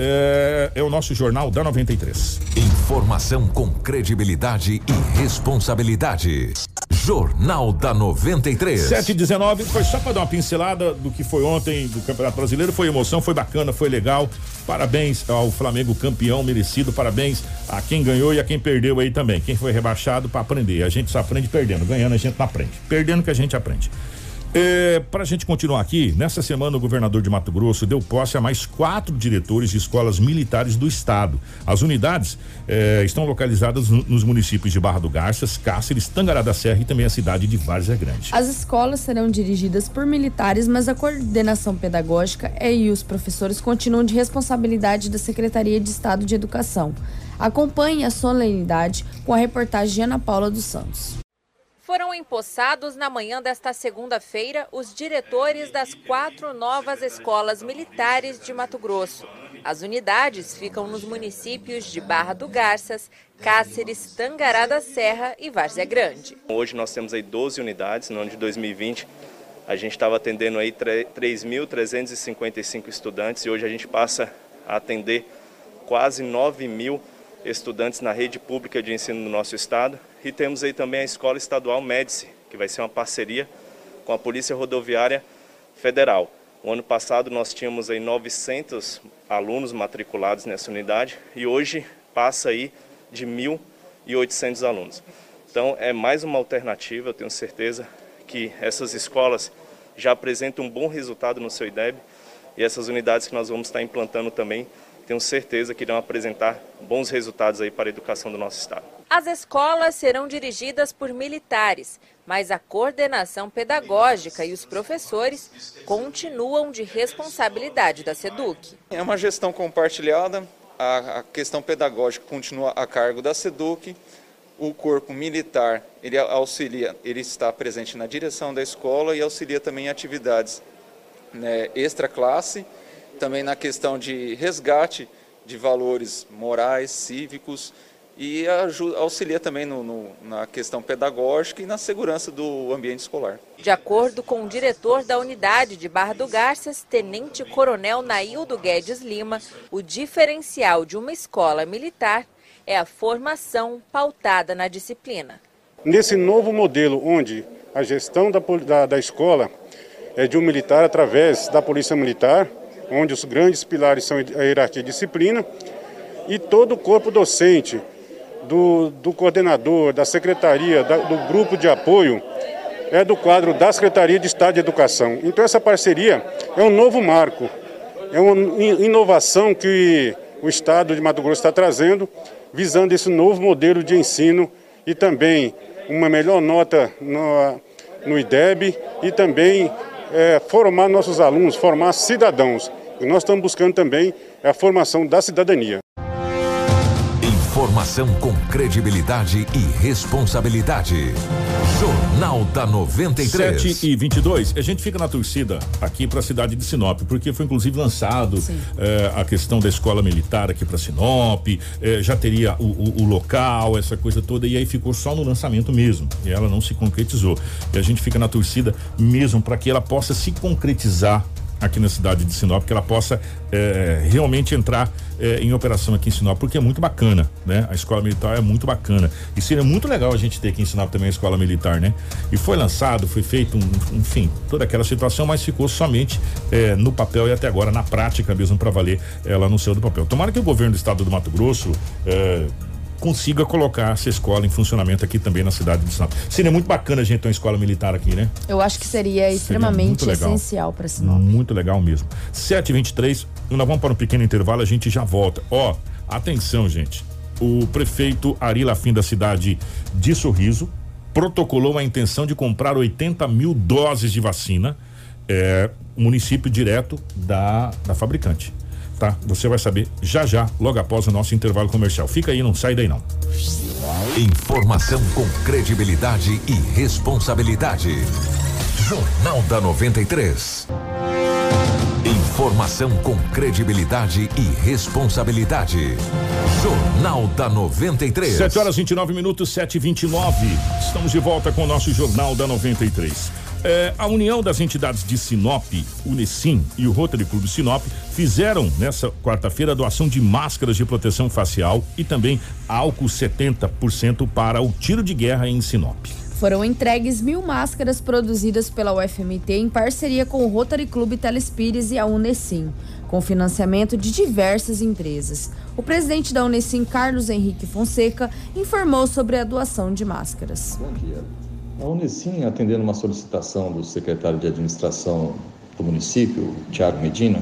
É o nosso Jornal da 93. Informação com credibilidade e responsabilidade. Jornal da 93. 7:19, foi só para dar uma pincelada do que foi ontem do Campeonato Brasileiro. Foi emoção, foi bacana, foi legal. Parabéns ao Flamengo, campeão merecido. Parabéns a quem ganhou e a quem perdeu aí também. Quem foi rebaixado, para aprender. A gente só aprende perdendo. Ganhando a gente não aprende. Perdendo que a gente aprende. Para a gente continuar aqui, nessa semana o governador de Mato Grosso deu posse a mais 4 diretores de escolas militares do estado. As unidades estão localizadas nos municípios de Barra do Garças, Cáceres, Tangará da Serra e também a cidade de Várzea Grande. As escolas serão dirigidas por militares, mas a coordenação pedagógica e os professores continuam de responsabilidade da Secretaria de Estado de Educação. Acompanhe a solenidade com a reportagem de Ana Paula dos Santos. Foram empossados na manhã desta segunda-feira os diretores das 4 novas escolas militares de Mato Grosso. As unidades ficam nos municípios de Barra do Garças, Cáceres, Tangará da Serra e Várzea Grande. Hoje nós temos aí 12 unidades. No ano de 2020 a gente estava atendendo aí 3.355 estudantes e hoje a gente passa a atender quase 9.000 estudantes na rede pública de ensino do nosso estado. E temos aí também a Escola Estadual Médici, que vai ser uma parceria com a Polícia Rodoviária Federal. O ano passado nós tínhamos aí 900 alunos matriculados nessa unidade e hoje passa aí de 1.800 alunos. Então é mais uma alternativa, eu tenho certeza que essas escolas já apresentam um bom resultado no seu IDEB e essas unidades que nós vamos estar implantando também, tenho certeza que irão apresentar bons resultados aí para a educação do nosso estado. As escolas serão dirigidas por militares, mas a coordenação pedagógica e os professores continuam de responsabilidade da SEDUC. É uma gestão compartilhada, a questão pedagógica continua a cargo da SEDUC, o corpo militar ele auxilia, ele está presente na direção da escola e auxilia também em atividades extra-classe, também na questão de resgate de valores morais, cívicos e auxilia também na questão pedagógica e na segurança do ambiente escolar. De acordo com o diretor da unidade de Barra do Garças, Tenente Coronel Naildo Guedes Lima, o diferencial de uma escola militar é a formação pautada na disciplina. Nesse novo modelo, onde a gestão da escola é de um militar através da Polícia Militar, onde os grandes pilares são a hierarquia e disciplina, e todo o corpo docente, do coordenador, da secretaria, do grupo de apoio, é do quadro da Secretaria de Estado de Educação. Então essa parceria é um novo marco, é uma inovação que o Estado de Mato Grosso está trazendo, visando esse novo modelo de ensino e também uma melhor nota no IDEB e também formar nossos alunos, formar cidadãos. E nós estamos buscando também a formação da cidadania. Informação com credibilidade e responsabilidade. Jornal da 93. 7h22. A gente fica na torcida aqui para a cidade de Sinop, porque foi inclusive lançado a questão da escola militar aqui para Sinop, já teria o local, essa coisa toda, e aí ficou só no lançamento mesmo, e ela não se concretizou. E a gente fica na torcida mesmo para que ela possa se concretizar aqui na cidade de Sinop, que ela possa realmente entrar em operação aqui em Sinop, porque é muito bacana, né? A escola militar é muito bacana e seria muito legal a gente ter aqui em Sinop também a escola militar, né? E foi lançado, foi feito enfim, toda aquela situação, mas ficou somente no papel e até agora na prática mesmo para valer, ela não saiu do papel. Tomara que o governo do estado do Mato Grosso consiga colocar essa escola em funcionamento aqui também na cidade de Sinop. Seria muito bacana a gente ter uma escola militar aqui, né? Eu acho que seria extremamente essencial para Sinop. Muito legal mesmo. 7h23, nós vamos para um pequeno intervalo, a gente já volta. Atenção, gente. O prefeito Ari Lafim da cidade de Sorriso protocolou a intenção de comprar 80 mil doses de vacina, município direto da fabricante. Tá? Você vai saber já, logo após o nosso intervalo comercial. Fica aí, não sai daí não. Informação com credibilidade e responsabilidade. Jornal da 93. Informação com credibilidade e responsabilidade. Jornal da 93. 7h29, 7h29. Estamos de volta com o nosso Jornal da 93. A união das entidades de Sinop, Unesim e o Rotary Clube Sinop fizeram nessa quarta-feira a doação de máscaras de proteção facial e também álcool 70% para o tiro de guerra em Sinop. Foram entregues 1.000 máscaras produzidas pela UFMT em parceria com o Rotary Clube Telespires e a Unesim, com financiamento de diversas empresas. O presidente da Unesim, Carlos Henrique Fonseca, informou sobre a doação de máscaras. Bom dia. A Unicim, atendendo uma solicitação do secretário de administração do município, Thiago Medina,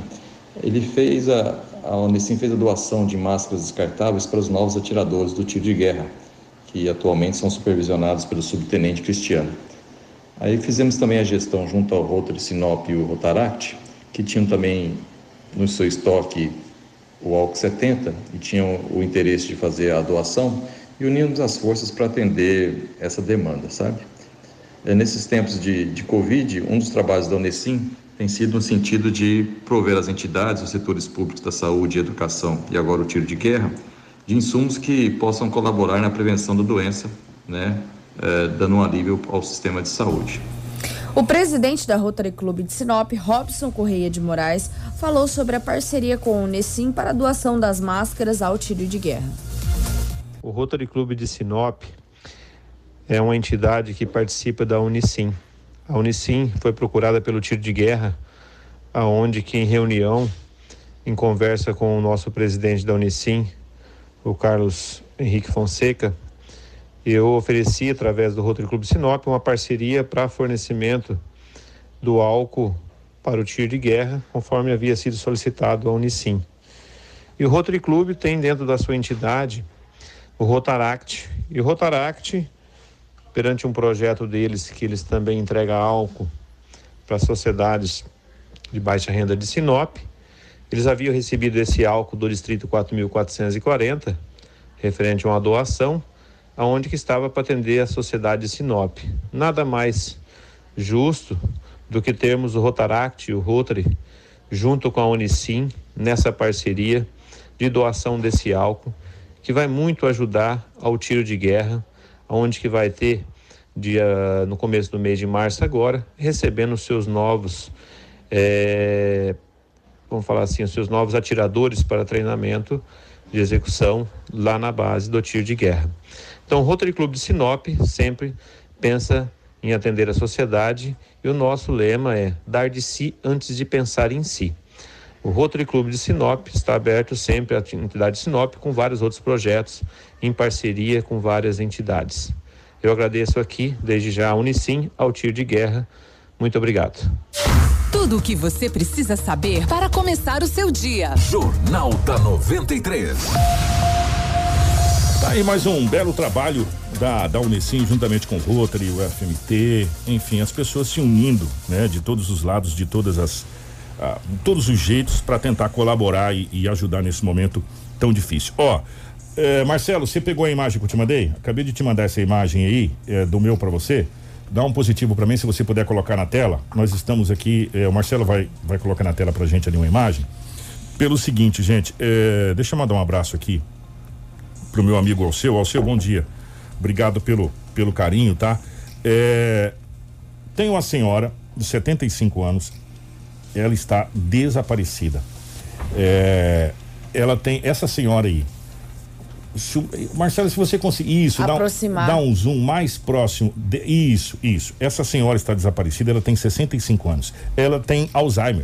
a Unicim fez a doação de máscaras descartáveis para os novos atiradores do tiro de guerra, que atualmente são supervisionados pelo subtenente Cristiano. Aí fizemos também a gestão junto ao Rotary Sinop e o Rotaract, que tinham também no seu estoque o álcool 70 e tinham o interesse de fazer a doação, e unimos as forças para atender essa demanda, sabe? Nesses tempos de Covid, um dos trabalhos da Unicim tem sido no sentido de prover às entidades, os setores públicos da saúde e educação e agora o tiro de guerra, de insumos que possam colaborar na prevenção da doença, né, dando um alívio ao sistema de saúde. O presidente da Rotary Clube de Sinop, Robson Correia de Moraes, falou sobre a parceria com a Unicim para a doação das máscaras ao tiro de guerra. O Rotary Clube de Sinop é uma entidade que participa da Unicim. A Unicim foi procurada pelo tiro de guerra, aonde que em reunião, em conversa com o nosso presidente da Unicim, o Carlos Henrique Fonseca, eu ofereci, através do Rotary Clube Sinop, uma parceria para fornecimento do álcool para o tiro de guerra, conforme havia sido solicitado à Unicim. E o Rotary Clube tem dentro da sua entidade o Rotaract. E o Rotaract, perante um projeto deles, que eles também entregam álcool para sociedades de baixa renda de Sinop, eles haviam recebido esse álcool do Distrito 4.440, referente a uma doação, aonde que estava para atender a sociedade de Sinop. Nada mais justo do que termos o Rotaract e o Rotary junto com a Unicim nessa parceria de doação desse álcool, que vai muito ajudar ao tiro de guerra, onde que vai ter no começo do mês de março agora, recebendo os seus novos, vamos falar assim, os seus novos atiradores para treinamento de execução lá na base do tiro de guerra. Então, o Rotary Clube de Sinop sempre pensa em atender a sociedade e o nosso lema é dar de si antes de pensar em si. O Rotary Clube de Sinop está aberto sempre à entidade de Sinop com vários outros projetos em parceria com várias entidades. Eu agradeço aqui, desde já, a Unicim ao tiro de guerra. Muito obrigado. Tudo o que você precisa saber para começar o seu dia. Jornal da 93. Tá aí mais um belo trabalho da Unicim, juntamente com o Rotary, o FMT, enfim, as pessoas se unindo, né, de todos os lados, de todos os jeitos para tentar colaborar e ajudar nesse momento tão difícil. Marcelo, você pegou a imagem que eu te mandei? Acabei de te mandar essa imagem aí, do meu para você. Dá um positivo para mim, se você puder colocar na tela. Nós estamos aqui, o Marcelo vai colocar na tela pra gente ali uma imagem. Pelo seguinte, gente, deixa eu mandar um abraço aqui pro meu amigo Alceu. Alceu, bom dia. Obrigado pelo carinho, tá? Tem uma senhora de 75 anos, ela está desaparecida. Ela tem, essa senhora aí, Marcelo, se você conseguir dá um zoom mais próximo, isso, essa senhora está desaparecida, ela tem 65 anos, ela tem Alzheimer,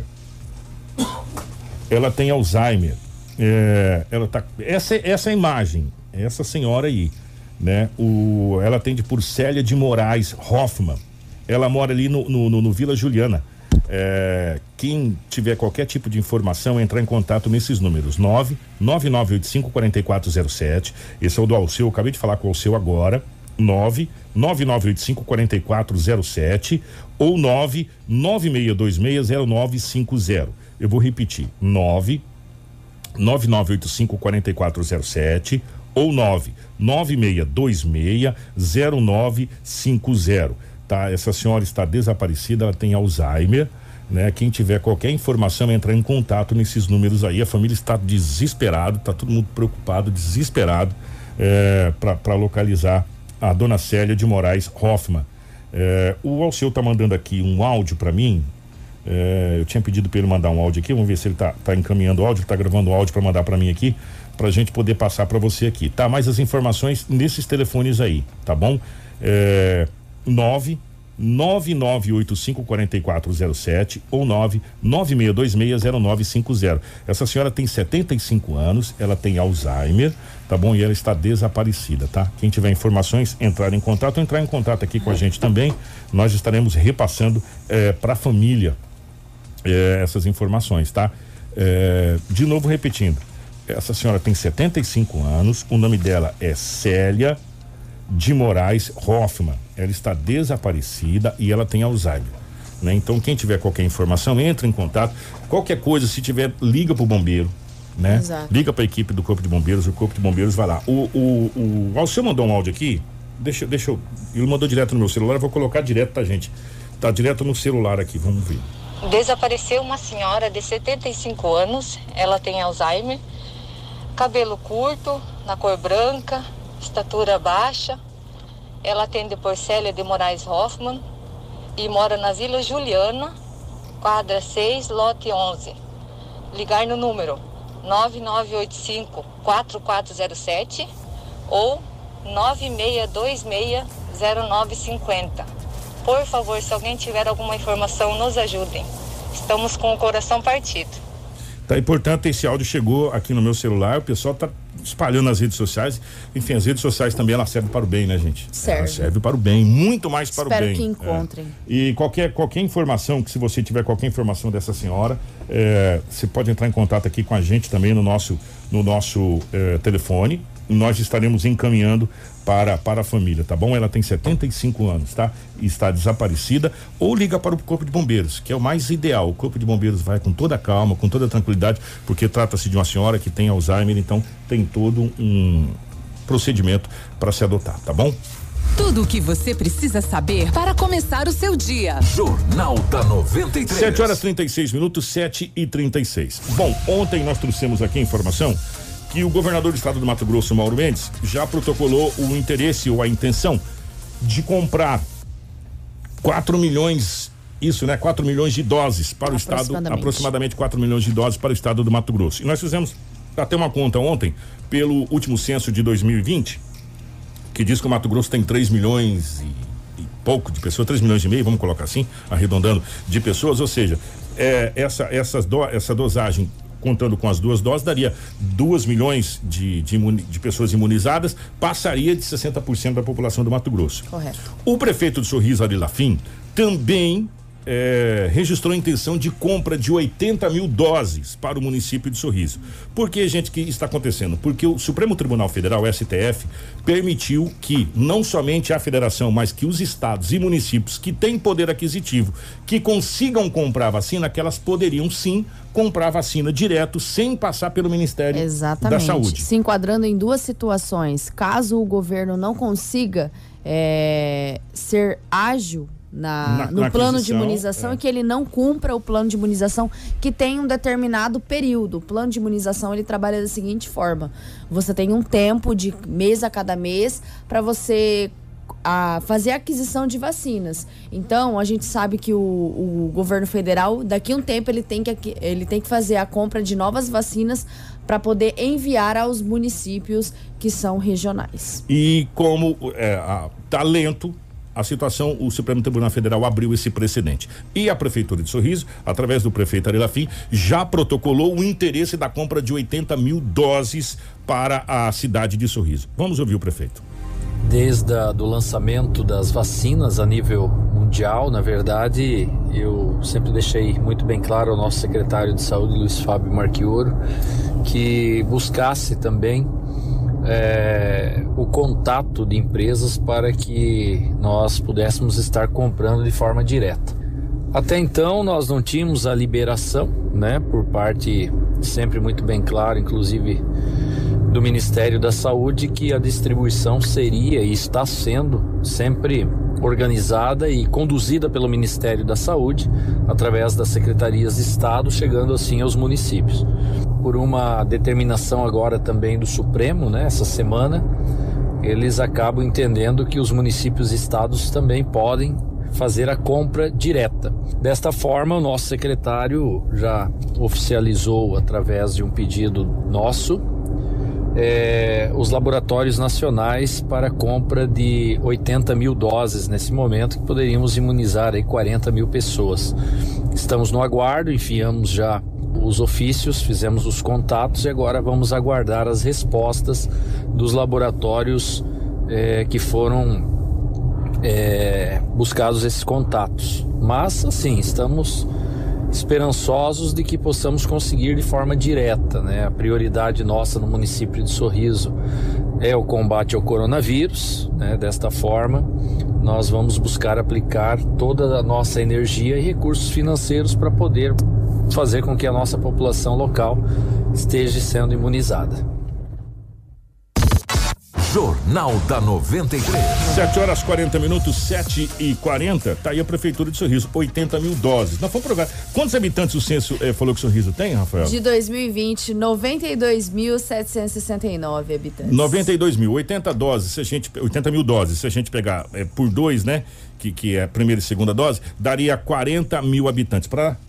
essa imagem, essa senhora aí, né, ela atende por Célia de Moraes Hoffman, ela mora ali no Vila Juliana. Quem tiver qualquer tipo de informação, entrar em contato nesses números: 99985-4407, esse é o do Alceu, eu acabei de falar com o Alceu agora, 99985-4407 ou 996260950. Eu vou repetir: 99985-4407 ou 996260950. Tá, essa senhora está desaparecida, ela tem Alzheimer, né? Quem tiver qualquer informação, entrar em contato nesses números aí. A família está desesperada, está todo mundo preocupado, desesperado, para localizar a dona Célia de Moraes Hoffman. O Alceu tá mandando aqui um áudio para mim. Eu tinha pedido para ele mandar um áudio aqui, vamos ver se ele tá encaminhando o áudio, tá gravando o áudio para mandar para mim aqui, pra gente poder passar para você aqui, tá? Mais as informações nesses telefones aí, tá bom? 9985-4407 ou 996260950. Essa senhora tem 75 anos, ela tem Alzheimer, tá bom? E ela está desaparecida, tá? Quem tiver informações, entrar em contato aqui com a gente também. Nós estaremos repassando para a família essas informações, tá? De novo repetindo, essa senhora tem 75 anos, o nome dela é Célia de Moraes Hoffmann. Ela está desaparecida e ela tem Alzheimer, né? Então quem tiver qualquer informação, entra em contato. Qualquer coisa, se tiver, liga pro bombeiro, né? Exato. Liga pra equipe do Corpo de Bombeiros, o Corpo de Bombeiros vai lá. O Alceu mandou um áudio aqui, deixa eu, ele mandou direto no meu celular, eu vou colocar direto pra gente. Tá direto no celular aqui, vamos ver. Desapareceu uma senhora de 75 anos, ela tem Alzheimer, cabelo curto, na cor branca, estatura baixa. Ela atende por Célia de Moraes Hoffmann e mora na Vila Juliana, quadra 6, lote 11. Ligar no número 9985-4407 ou 9626-0950. Por favor, se alguém tiver alguma informação, nos ajudem. Estamos com o coração partido. Tá, e portanto esse áudio chegou aqui no meu celular, o pessoal tá espalhando nas redes sociais. Enfim, as redes sociais também, elas servem para o bem, né, gente? Serve. Ela serve para o bem, muito mais para Espero o bem. que encontrem. E qualquer informação, que se você tiver qualquer informação dessa senhora, você pode entrar em contato aqui com a gente também no nosso telefone. Nós estaremos encaminhando para a família, tá bom? Ela tem 75 anos, tá? E está desaparecida, ou liga para o Corpo de Bombeiros, que é o mais ideal. O Corpo de Bombeiros vai com toda a calma, com toda a tranquilidade, porque trata-se de uma senhora que tem Alzheimer, então tem todo um procedimento para se adotar, tá bom? Tudo o que você precisa saber para começar o seu dia. Jornal da 93. 7h36, 7h36. Bom, ontem nós trouxemos aqui a informação que o governador do estado do Mato Grosso, Mauro Mendes, já protocolou o interesse ou a intenção de comprar 4 milhões, 4 milhões de doses para o estado, aproximadamente 4 milhões de doses para o estado do Mato Grosso. E nós fizemos até uma conta ontem, pelo último censo de 2020, que diz que o Mato Grosso tem 3 milhões e pouco de pessoas, 3 milhões e meio, vamos colocar assim, arredondando, de pessoas, ou seja, essa dosagem, contando com as 2 doses, daria 2 milhões de pessoas imunizadas, passaria de 60% da população do Mato Grosso. Correto. O prefeito de Sorriso, Ari Lafim, também registrou a intenção de compra de 80 mil doses para o município de Sorriso. Por que, gente, que está acontecendo? Porque o Supremo Tribunal Federal, STF, permitiu que não somente a federação, mas que os estados e municípios que têm poder aquisitivo, que consigam comprar vacina, que elas poderiam sim comprar vacina direto, sem passar pelo Ministério da Saúde. Se enquadrando em 2 situações, caso o governo não consiga ser ágil no plano de imunização e que ele não cumpra o plano de imunização que tem um determinado período. O plano de imunização, ele trabalha da seguinte forma: você tem um tempo de mês a cada mês para você fazer a aquisição de vacinas. Então, a gente sabe que o governo federal, daqui a um tempo, ele tem que fazer a compra de novas vacinas para poder enviar aos municípios que são regionais. E como tá lento a situação, o Supremo Tribunal Federal abriu esse precedente. E a Prefeitura de Sorriso, através do prefeito Ari Lafim, já protocolou o interesse da compra de 80 mil doses para a cidade de Sorriso. Vamos ouvir o prefeito. Desde o lançamento das vacinas a nível mundial, na verdade, eu sempre deixei muito bem claro ao nosso secretário de Saúde, Luiz Fábio Marchioro, que buscasse também o contato de empresas para que nós pudéssemos estar comprando de forma direta. Até então nós não tínhamos a liberação, né, por parte sempre muito bem claro, inclusive do Ministério da Saúde, que a distribuição seria e está sendo sempre organizada e conduzida pelo Ministério da Saúde através das secretarias de Estado, chegando assim aos municípios. Por uma determinação agora também do Supremo, né, essa semana, eles acabam entendendo que os municípios e estados também podem fazer a compra direta. Desta forma, o nosso secretário já oficializou, através de um pedido nosso, os laboratórios nacionais para compra de 80 mil doses nesse momento, que poderíamos imunizar aí 40 mil pessoas. Estamos no aguardo, enviamos já os ofícios, fizemos os contatos e agora vamos aguardar as respostas dos laboratórios que foram buscados esses contatos. Mas, assim, estamos esperançosos de que possamos conseguir de forma direta, né? A prioridade nossa no município de Sorriso é o combate ao coronavírus, né? Desta forma, nós vamos buscar aplicar toda a nossa energia e recursos financeiros para poder fazer com que a nossa população local esteja sendo imunizada. Jornal da 93. 7h40, 7h40. Tá aí a Prefeitura de Sorriso, 80 mil doses. Nós vamos provar. Quantos habitantes o censo falou que Sorriso tem, Rafael? De 2020, 92.769 habitantes. 92 mil, 80 doses, 80 mil doses, se a gente pegar por 2, né? Que é a primeira e segunda dose, daria 40 mil habitantes. Para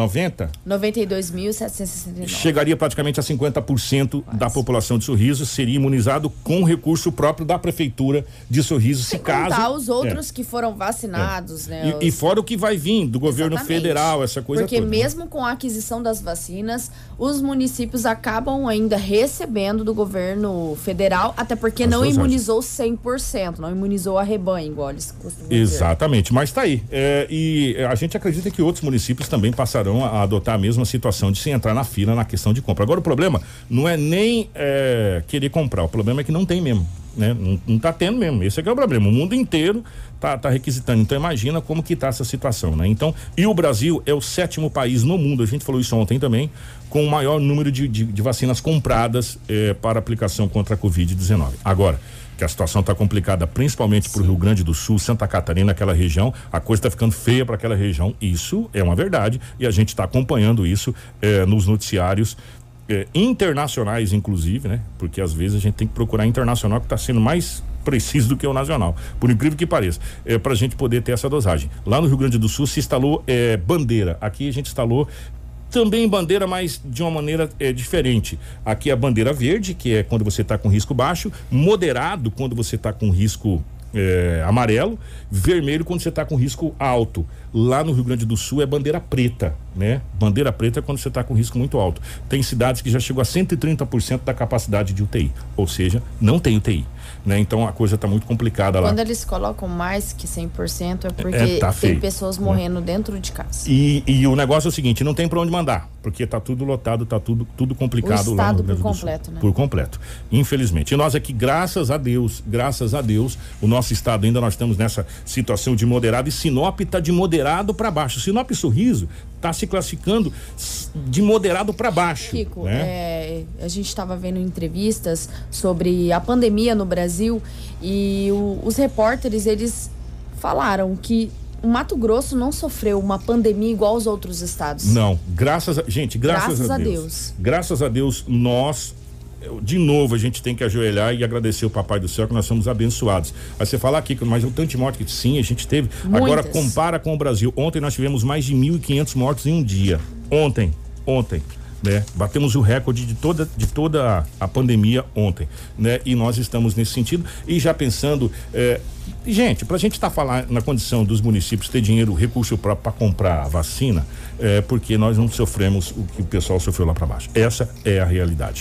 92.769. Chegaria praticamente a 50% da população de Sorriso seria imunizado com recurso próprio da Prefeitura de Sorriso, se caso. Contar os outros que foram vacinados, né? E fora o que vai vir do governo federal, essa coisa toda. Porque toda, mesmo com a aquisição das vacinas, os municípios acabam ainda recebendo do governo federal, até porque não imunizou 100%, não imunizou a rebanho, igual eles costumam dizer. Exatamente, mas tá aí. E a gente acredita que outros municípios também passarão a adotar a mesma situação de se entrar na fila na questão de compra. Agora o problema não é nem querer comprar, o problema é que não tem mesmo, né? Não tá tendo mesmo, esse é que é o problema, o mundo inteiro tá requisitando, então imagina como que tá essa situação, né? Então, e o Brasil é o 7º país no mundo, a gente falou isso ontem também, com o maior número de vacinas compradas para aplicação contra a Covid-19. Agora, que a situação está complicada, principalmente para o Rio Grande do Sul, Santa Catarina, aquela região, a coisa está ficando feia para aquela região, isso é uma verdade e a gente está acompanhando isso nos noticiários internacionais, inclusive, né? Porque às vezes a gente tem que procurar internacional, que está sendo mais preciso do que o nacional, por incrível que pareça, para a gente poder ter essa dosagem. Lá no Rio Grande do Sul se instalou bandeira, aqui a gente instalou também bandeira, mas de uma maneira diferente. Aqui é a bandeira verde, que é quando você está com risco baixo, moderado quando você está com risco amarelo, vermelho quando você está com risco alto. Lá no Rio Grande do Sul é bandeira preta, né? Bandeira preta é quando você está com risco muito alto. Tem cidades que já chegou a 130% da capacidade de UTI, ou seja, não tem UTI, né? Então a coisa está muito complicada lá. Quando eles colocam mais que 100% é porque tem pessoas morrendo dentro de casa. E o negócio é o seguinte, não tem para onde mandar, porque tá tudo lotado, tá tudo complicado lá no Rio Grande do Sul. Por completo, né? Por completo, infelizmente. E nós aqui, graças a Deus, o nosso estado ainda nós estamos nessa situação de moderado, e Sinop tá de moderado para baixo. Sinop e Sorriso tá se classificando de moderado para baixo. Kiko, né? A gente estava vendo entrevistas sobre a pandemia no Brasil e os repórteres, eles falaram que o Mato Grosso não sofreu uma pandemia igual aos outros estados. Não, graças a Deus. Graças a Deus, nós de novo a gente tem que ajoelhar e agradecer o Papai do Céu que nós somos abençoados. Aí você fala aqui, mas o tanto de morte que sim, a gente teve. Muitas. Agora compara com o Brasil. Ontem nós tivemos mais de 1.500 mortos em um dia. Ontem, né? Batemos o recorde de toda a pandemia ontem, né? E nós estamos nesse sentido e já pensando, gente, pra gente estar falando na condição dos municípios ter dinheiro, recurso próprio para comprar a vacina, porque nós não sofremos o que o pessoal sofreu lá para baixo. Essa é a realidade.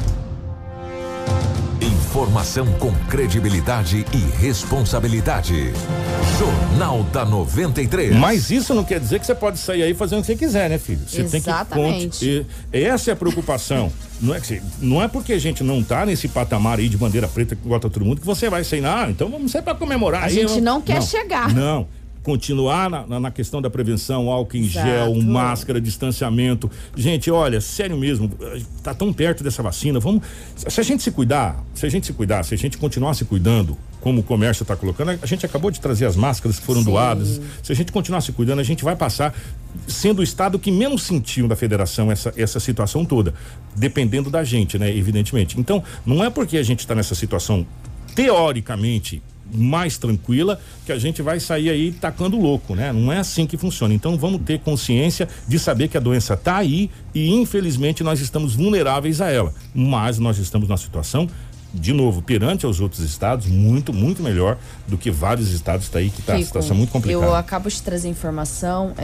Informação com credibilidade e responsabilidade. Jornal da 93. Mas isso não quer dizer que você pode sair aí fazendo o que você quiser, né, filho? Você Exatamente. Tem que essa é a preocupação. Não é porque a gente não tá nesse patamar aí de bandeira preta que gosta todo mundo que você vai sair, então vamos sair para comemorar. A gente não quer chegar. Não. Continuar na questão da prevenção, álcool em gel, máscara, distanciamento. Gente, olha, sério mesmo, tá tão perto dessa vacina, se a gente se cuidar, se a gente continuar se cuidando, como o comércio está colocando, a gente acabou de trazer as máscaras que foram doadas, se a gente continuar se cuidando, a gente vai passar sendo o estado que menos sentiu da federação essa situação toda, dependendo da gente, né, evidentemente. Então, não é porque a gente está nessa situação teoricamente mais tranquila, que a gente vai sair aí tacando louco, né? Não é assim que funciona. Então vamos ter consciência de saber que a doença tá aí e infelizmente nós estamos vulneráveis a ela, mas nós estamos numa situação, de novo, perante aos outros estados, muito, muito melhor do que vários estados tá aí que tá a situação muito complicada. Eu acabo de trazer informação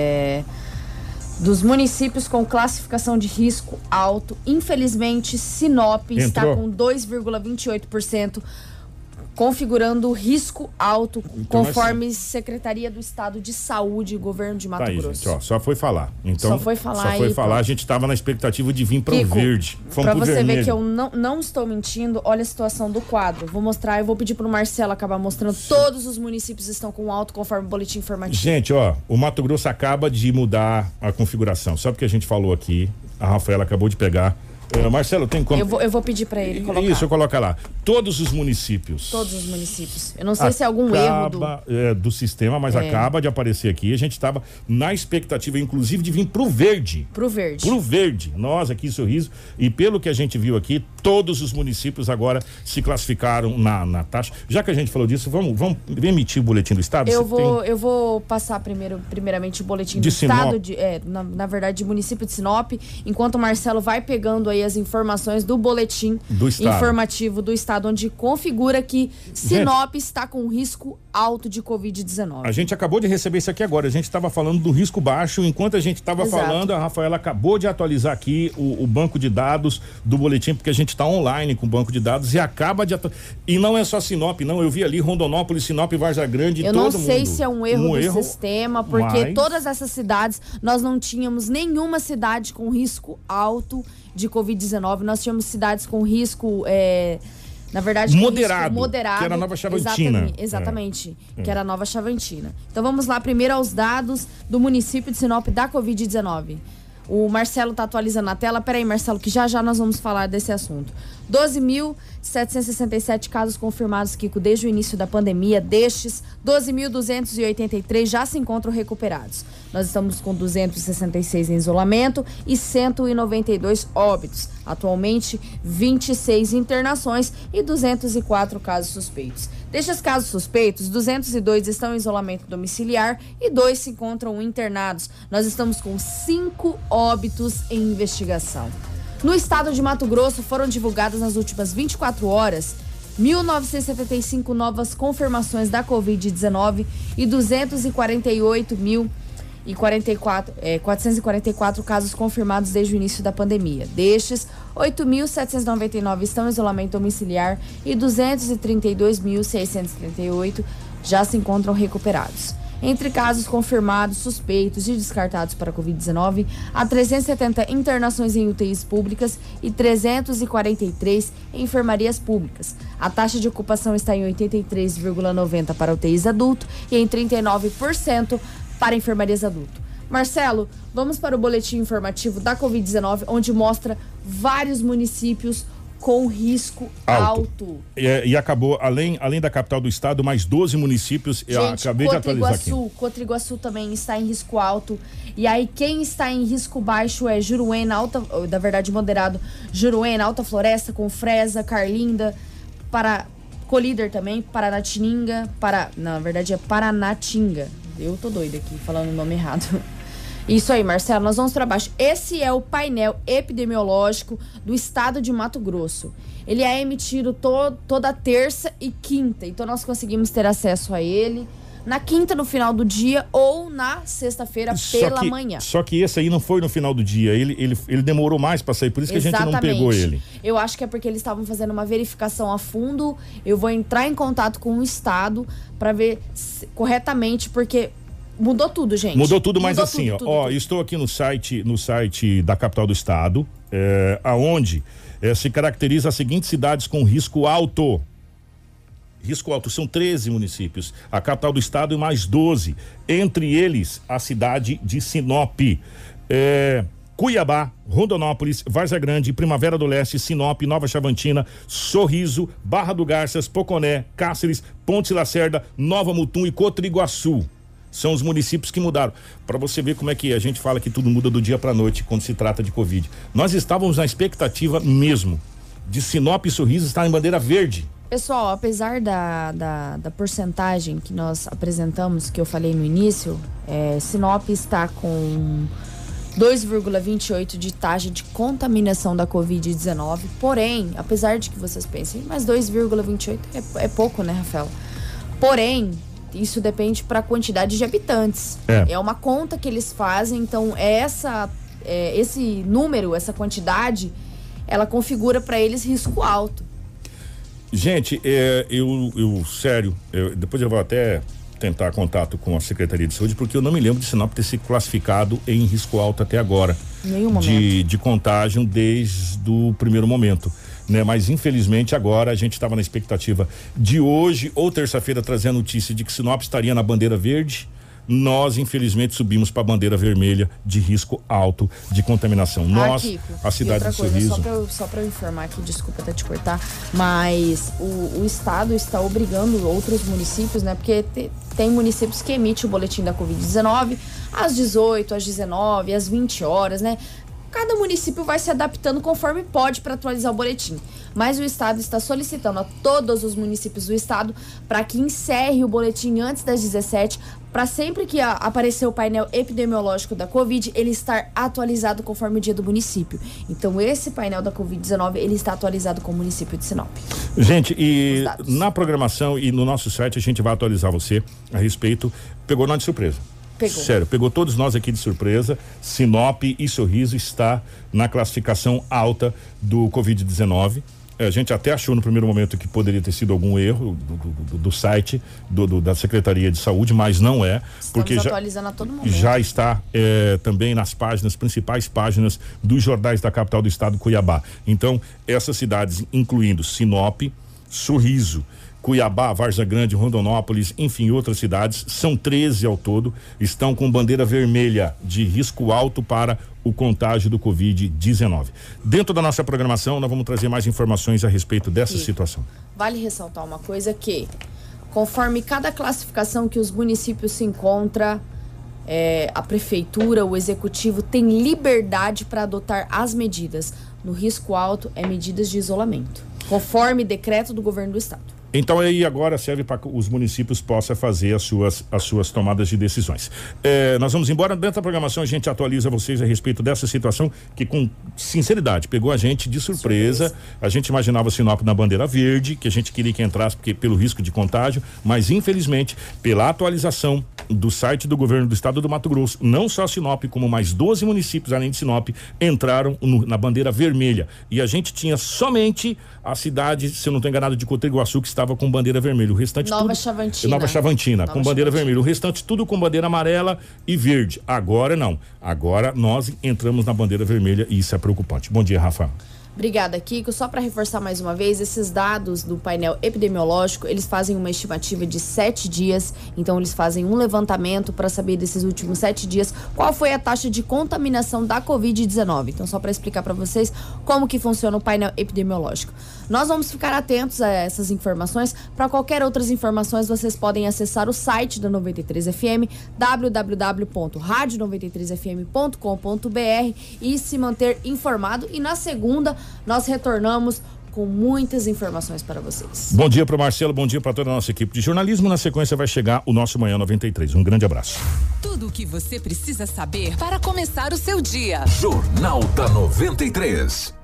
dos municípios com classificação de risco alto. Infelizmente, Sinop está com 2,28%, configurando risco alto, então, conforme Secretaria do Estado de Saúde e Governo de Mato Grosso. Gente, só foi falar. Então, só foi falar. A gente estava na expectativa de vir para o verde. Para você ver que eu não estou mentindo, olha a situação do quadro. Vou mostrar, eu vou pedir para o Marcelo acabar mostrando. Todos os municípios estão com alto conforme o boletim informativo. Gente, o Mato Grosso acaba de mudar a configuração. Só porque a gente falou aqui, a Rafaela acabou de pegar. Marcelo, tem como? Eu vou pedir para ele colocar. Isso, coloca lá. Todos os municípios. Eu não sei se é algum erro do sistema, mas acaba de aparecer aqui. A gente estava na expectativa, inclusive, de vir pro verde. Pro verde. Nós aqui em Sorriso. E pelo que a gente viu aqui, todos os municípios agora se classificaram na taxa. Já que a gente falou disso, vamos emitir o boletim do estado? Eu vou passar primeiramente o boletim do estado, na verdade, de município de Sinop, enquanto o Marcelo vai pegando aí as informações do boletim informativo do estado, onde configura que Sinop está com risco alto de Covid-19. A gente acabou de receber isso aqui agora. A gente estava falando do risco baixo. Enquanto a gente estava falando, a Rafaela acabou de atualizar aqui o banco de dados do boletim, porque a gente está online com o banco de dados e acaba de E não é só Sinop, não. Eu vi ali Rondonópolis, Sinop, Várzea Grande, todo mundo. Eu não sei se é um erro do sistema, porque todas essas cidades, nós não tínhamos nenhuma cidade com risco alto de Covid-19. Nós tínhamos cidades com risco, na verdade, moderado, que era a Nova Chavantina. Exatamente, que era a Nova Chavantina. Então vamos lá primeiro aos dados do município de Sinop da Covid-19. O Marcelo tá atualizando na tela. Peraí, Marcelo, que já nós vamos falar desse assunto. 12.767 casos confirmados, Kiko, desde o início da pandemia. Destes, 12.283 já se encontram recuperados. Nós estamos com 266 em isolamento e 192 óbitos. Atualmente, 26 internações e 204 casos suspeitos. Destes casos suspeitos, 202 estão em isolamento domiciliar e 2 se encontram internados. Nós estamos com 5 óbitos em investigação. No estado de Mato Grosso, foram divulgadas nas últimas 24 horas 1.975 novas confirmações da Covid-19 e 444 casos confirmados desde o início da pandemia. Destes, 8.799 estão em isolamento domiciliar e 232.638 já se encontram recuperados. Entre casos confirmados, suspeitos e descartados para a Covid-19, há 370 internações em UTIs públicas e 343 em enfermarias públicas. A taxa de ocupação está em 83,90% para UTIs adulto e em 39% para enfermarias adulto. Marcelo, vamos para o boletim informativo da Covid-19, onde mostra vários municípios com risco alto. E acabou, além da capital do estado, mais 12 municípios. Gente, eu acabei de atualizar aqui. Cotriguaçu também está em risco alto. E aí, quem está em risco baixo é Juruena, moderado, Juruena, Alta Floresta, Confresa, Carlinda, Colíder também, Paranatinga, na verdade é Paranatinga. Eu tô doida aqui, falando o nome errado. Isso aí, Marcelo, nós vamos para baixo. Esse é o painel epidemiológico do estado de Mato Grosso. Ele é emitido toda terça e quinta, então nós conseguimos ter acesso a ele na quinta no final do dia ou na sexta-feira pela manhã. Só que esse aí não foi no final do dia, ele demorou mais para sair, por isso que a gente não pegou ele. Eu acho que é porque eles estavam fazendo uma verificação a fundo. Eu vou entrar em contato com o estado para ver corretamente, porque mudou tudo, gente. Mudou tudo, mas assim, tudo. Estou aqui no site da capital do estado, aonde se caracteriza as seguintes cidades com risco alto. Risco alto, são 13 municípios, a capital do estado e mais 12, entre eles a cidade de Sinop, Cuiabá, Rondonópolis, Várzea Grande, Primavera do Leste, Sinop, Nova Chavantina, Sorriso, Barra do Garças, Poconé, Cáceres, Ponte Lacerda, Nova Mutum e Cotriguaçu. São os municípios que mudaram. Para você ver como é que a gente fala que tudo muda do dia para noite quando se trata de Covid. Nós estávamos na expectativa mesmo de Sinop e Sorriso estar em bandeira verde. Pessoal, apesar da porcentagem que nós apresentamos, que eu falei no início, Sinop está com 2,28 de taxa de contaminação da Covid-19. Porém, apesar de que vocês pensem, mas 2,28 é pouco, né, Rafael? Porém, isso depende para a quantidade de habitantes. É uma conta que eles fazem, então esse número, essa quantidade, ela configura para eles risco alto. Gente, sério, depois eu vou até tentar contato com a Secretaria de Saúde, porque eu não me lembro de Sinop ter se classificado em risco alto até agora. Nenhum momento. De contágio desde o primeiro momento, né? Mas infelizmente agora a gente estava na expectativa de hoje ou terça-feira trazer a notícia de que Sinop estaria na bandeira verde. Nós, infelizmente, subimos para a bandeira vermelha de risco alto de contaminação. Nós, Kiko, a cidade de Sorriso. Só para eu informar aqui, desculpa até te cortar, mas o estado está obrigando outros municípios, né? Porque tem municípios que emitem o boletim da Covid-19 às 18, às 19, às 20 horas, né? Cada município vai se adaptando conforme pode para atualizar o boletim. Mas o estado está solicitando a todos os municípios do estado para que encerre o boletim antes das 17, para sempre que aparecer o painel epidemiológico da Covid, ele estar atualizado conforme o dia do município. Então esse painel da Covid-19, ele está atualizado com o município de Sinop. Gente, e na programação e no nosso site a gente vai atualizar você a respeito. Pegou nós de surpresa. Pegou. Sério, pegou todos nós aqui de surpresa. Sinop e Sorriso está na classificação alta do Covid-19. A gente até achou no primeiro momento que poderia ter sido algum erro do site da Secretaria de Saúde, mas não é. Estamos porque atualizando a todo momento. Já está também nas principais páginas dos jornais da capital do estado, Cuiabá. Então, essas cidades, incluindo Sinop, Sorriso, Cuiabá, Várzea Grande, Rondonópolis, enfim, outras cidades, são 13 ao todo, estão com bandeira vermelha de risco alto para o contágio do Covid-19. Dentro da nossa programação, nós vamos trazer mais informações a respeito dessa situação. Vale ressaltar uma coisa que, conforme cada classificação que os municípios se encontram, a prefeitura, o executivo tem liberdade para adotar as medidas. No risco alto, medidas de isolamento, conforme decreto do governo do estado. Então aí agora serve para que os municípios possam fazer as suas tomadas de decisões. Nós vamos embora. Dentro da programação a gente atualiza vocês a respeito dessa situação que, com sinceridade, pegou a gente de surpresa. A gente imaginava Sinop na bandeira verde, que a gente queria que entrasse pelo risco de contágio, mas infelizmente pela atualização do site do governo do estado do Mato Grosso, não só Sinop, como mais 12 municípios além de Sinop entraram na bandeira vermelha, e a gente tinha somente a cidade, se eu não estou enganado, de Cotriguaçu, que estava com bandeira vermelha. O restante Nova Chavantina com bandeira vermelha. O restante tudo com bandeira amarela e verde. Agora não. Agora nós entramos na bandeira vermelha e isso é preocupante. Bom dia, Rafa. Obrigada, Kiko. Só para reforçar mais uma vez, esses dados do painel epidemiológico, eles fazem uma estimativa de 7 dias, então eles fazem um levantamento para saber desses últimos 7 dias qual foi a taxa de contaminação da Covid-19. Então, só para explicar para vocês como que funciona o painel epidemiológico. Nós vamos ficar atentos a essas informações. Para qualquer outras informações, vocês podem acessar o site da 93FM, www.radio93fm.com.br, e se manter informado. E na segunda, nós retornamos com muitas informações para vocês. Bom dia para o Marcelo, bom dia para toda a nossa equipe de jornalismo. Na sequência vai chegar o nosso Manhã 93. Um grande abraço. Tudo o que você precisa saber para começar o seu dia. Jornal da 93.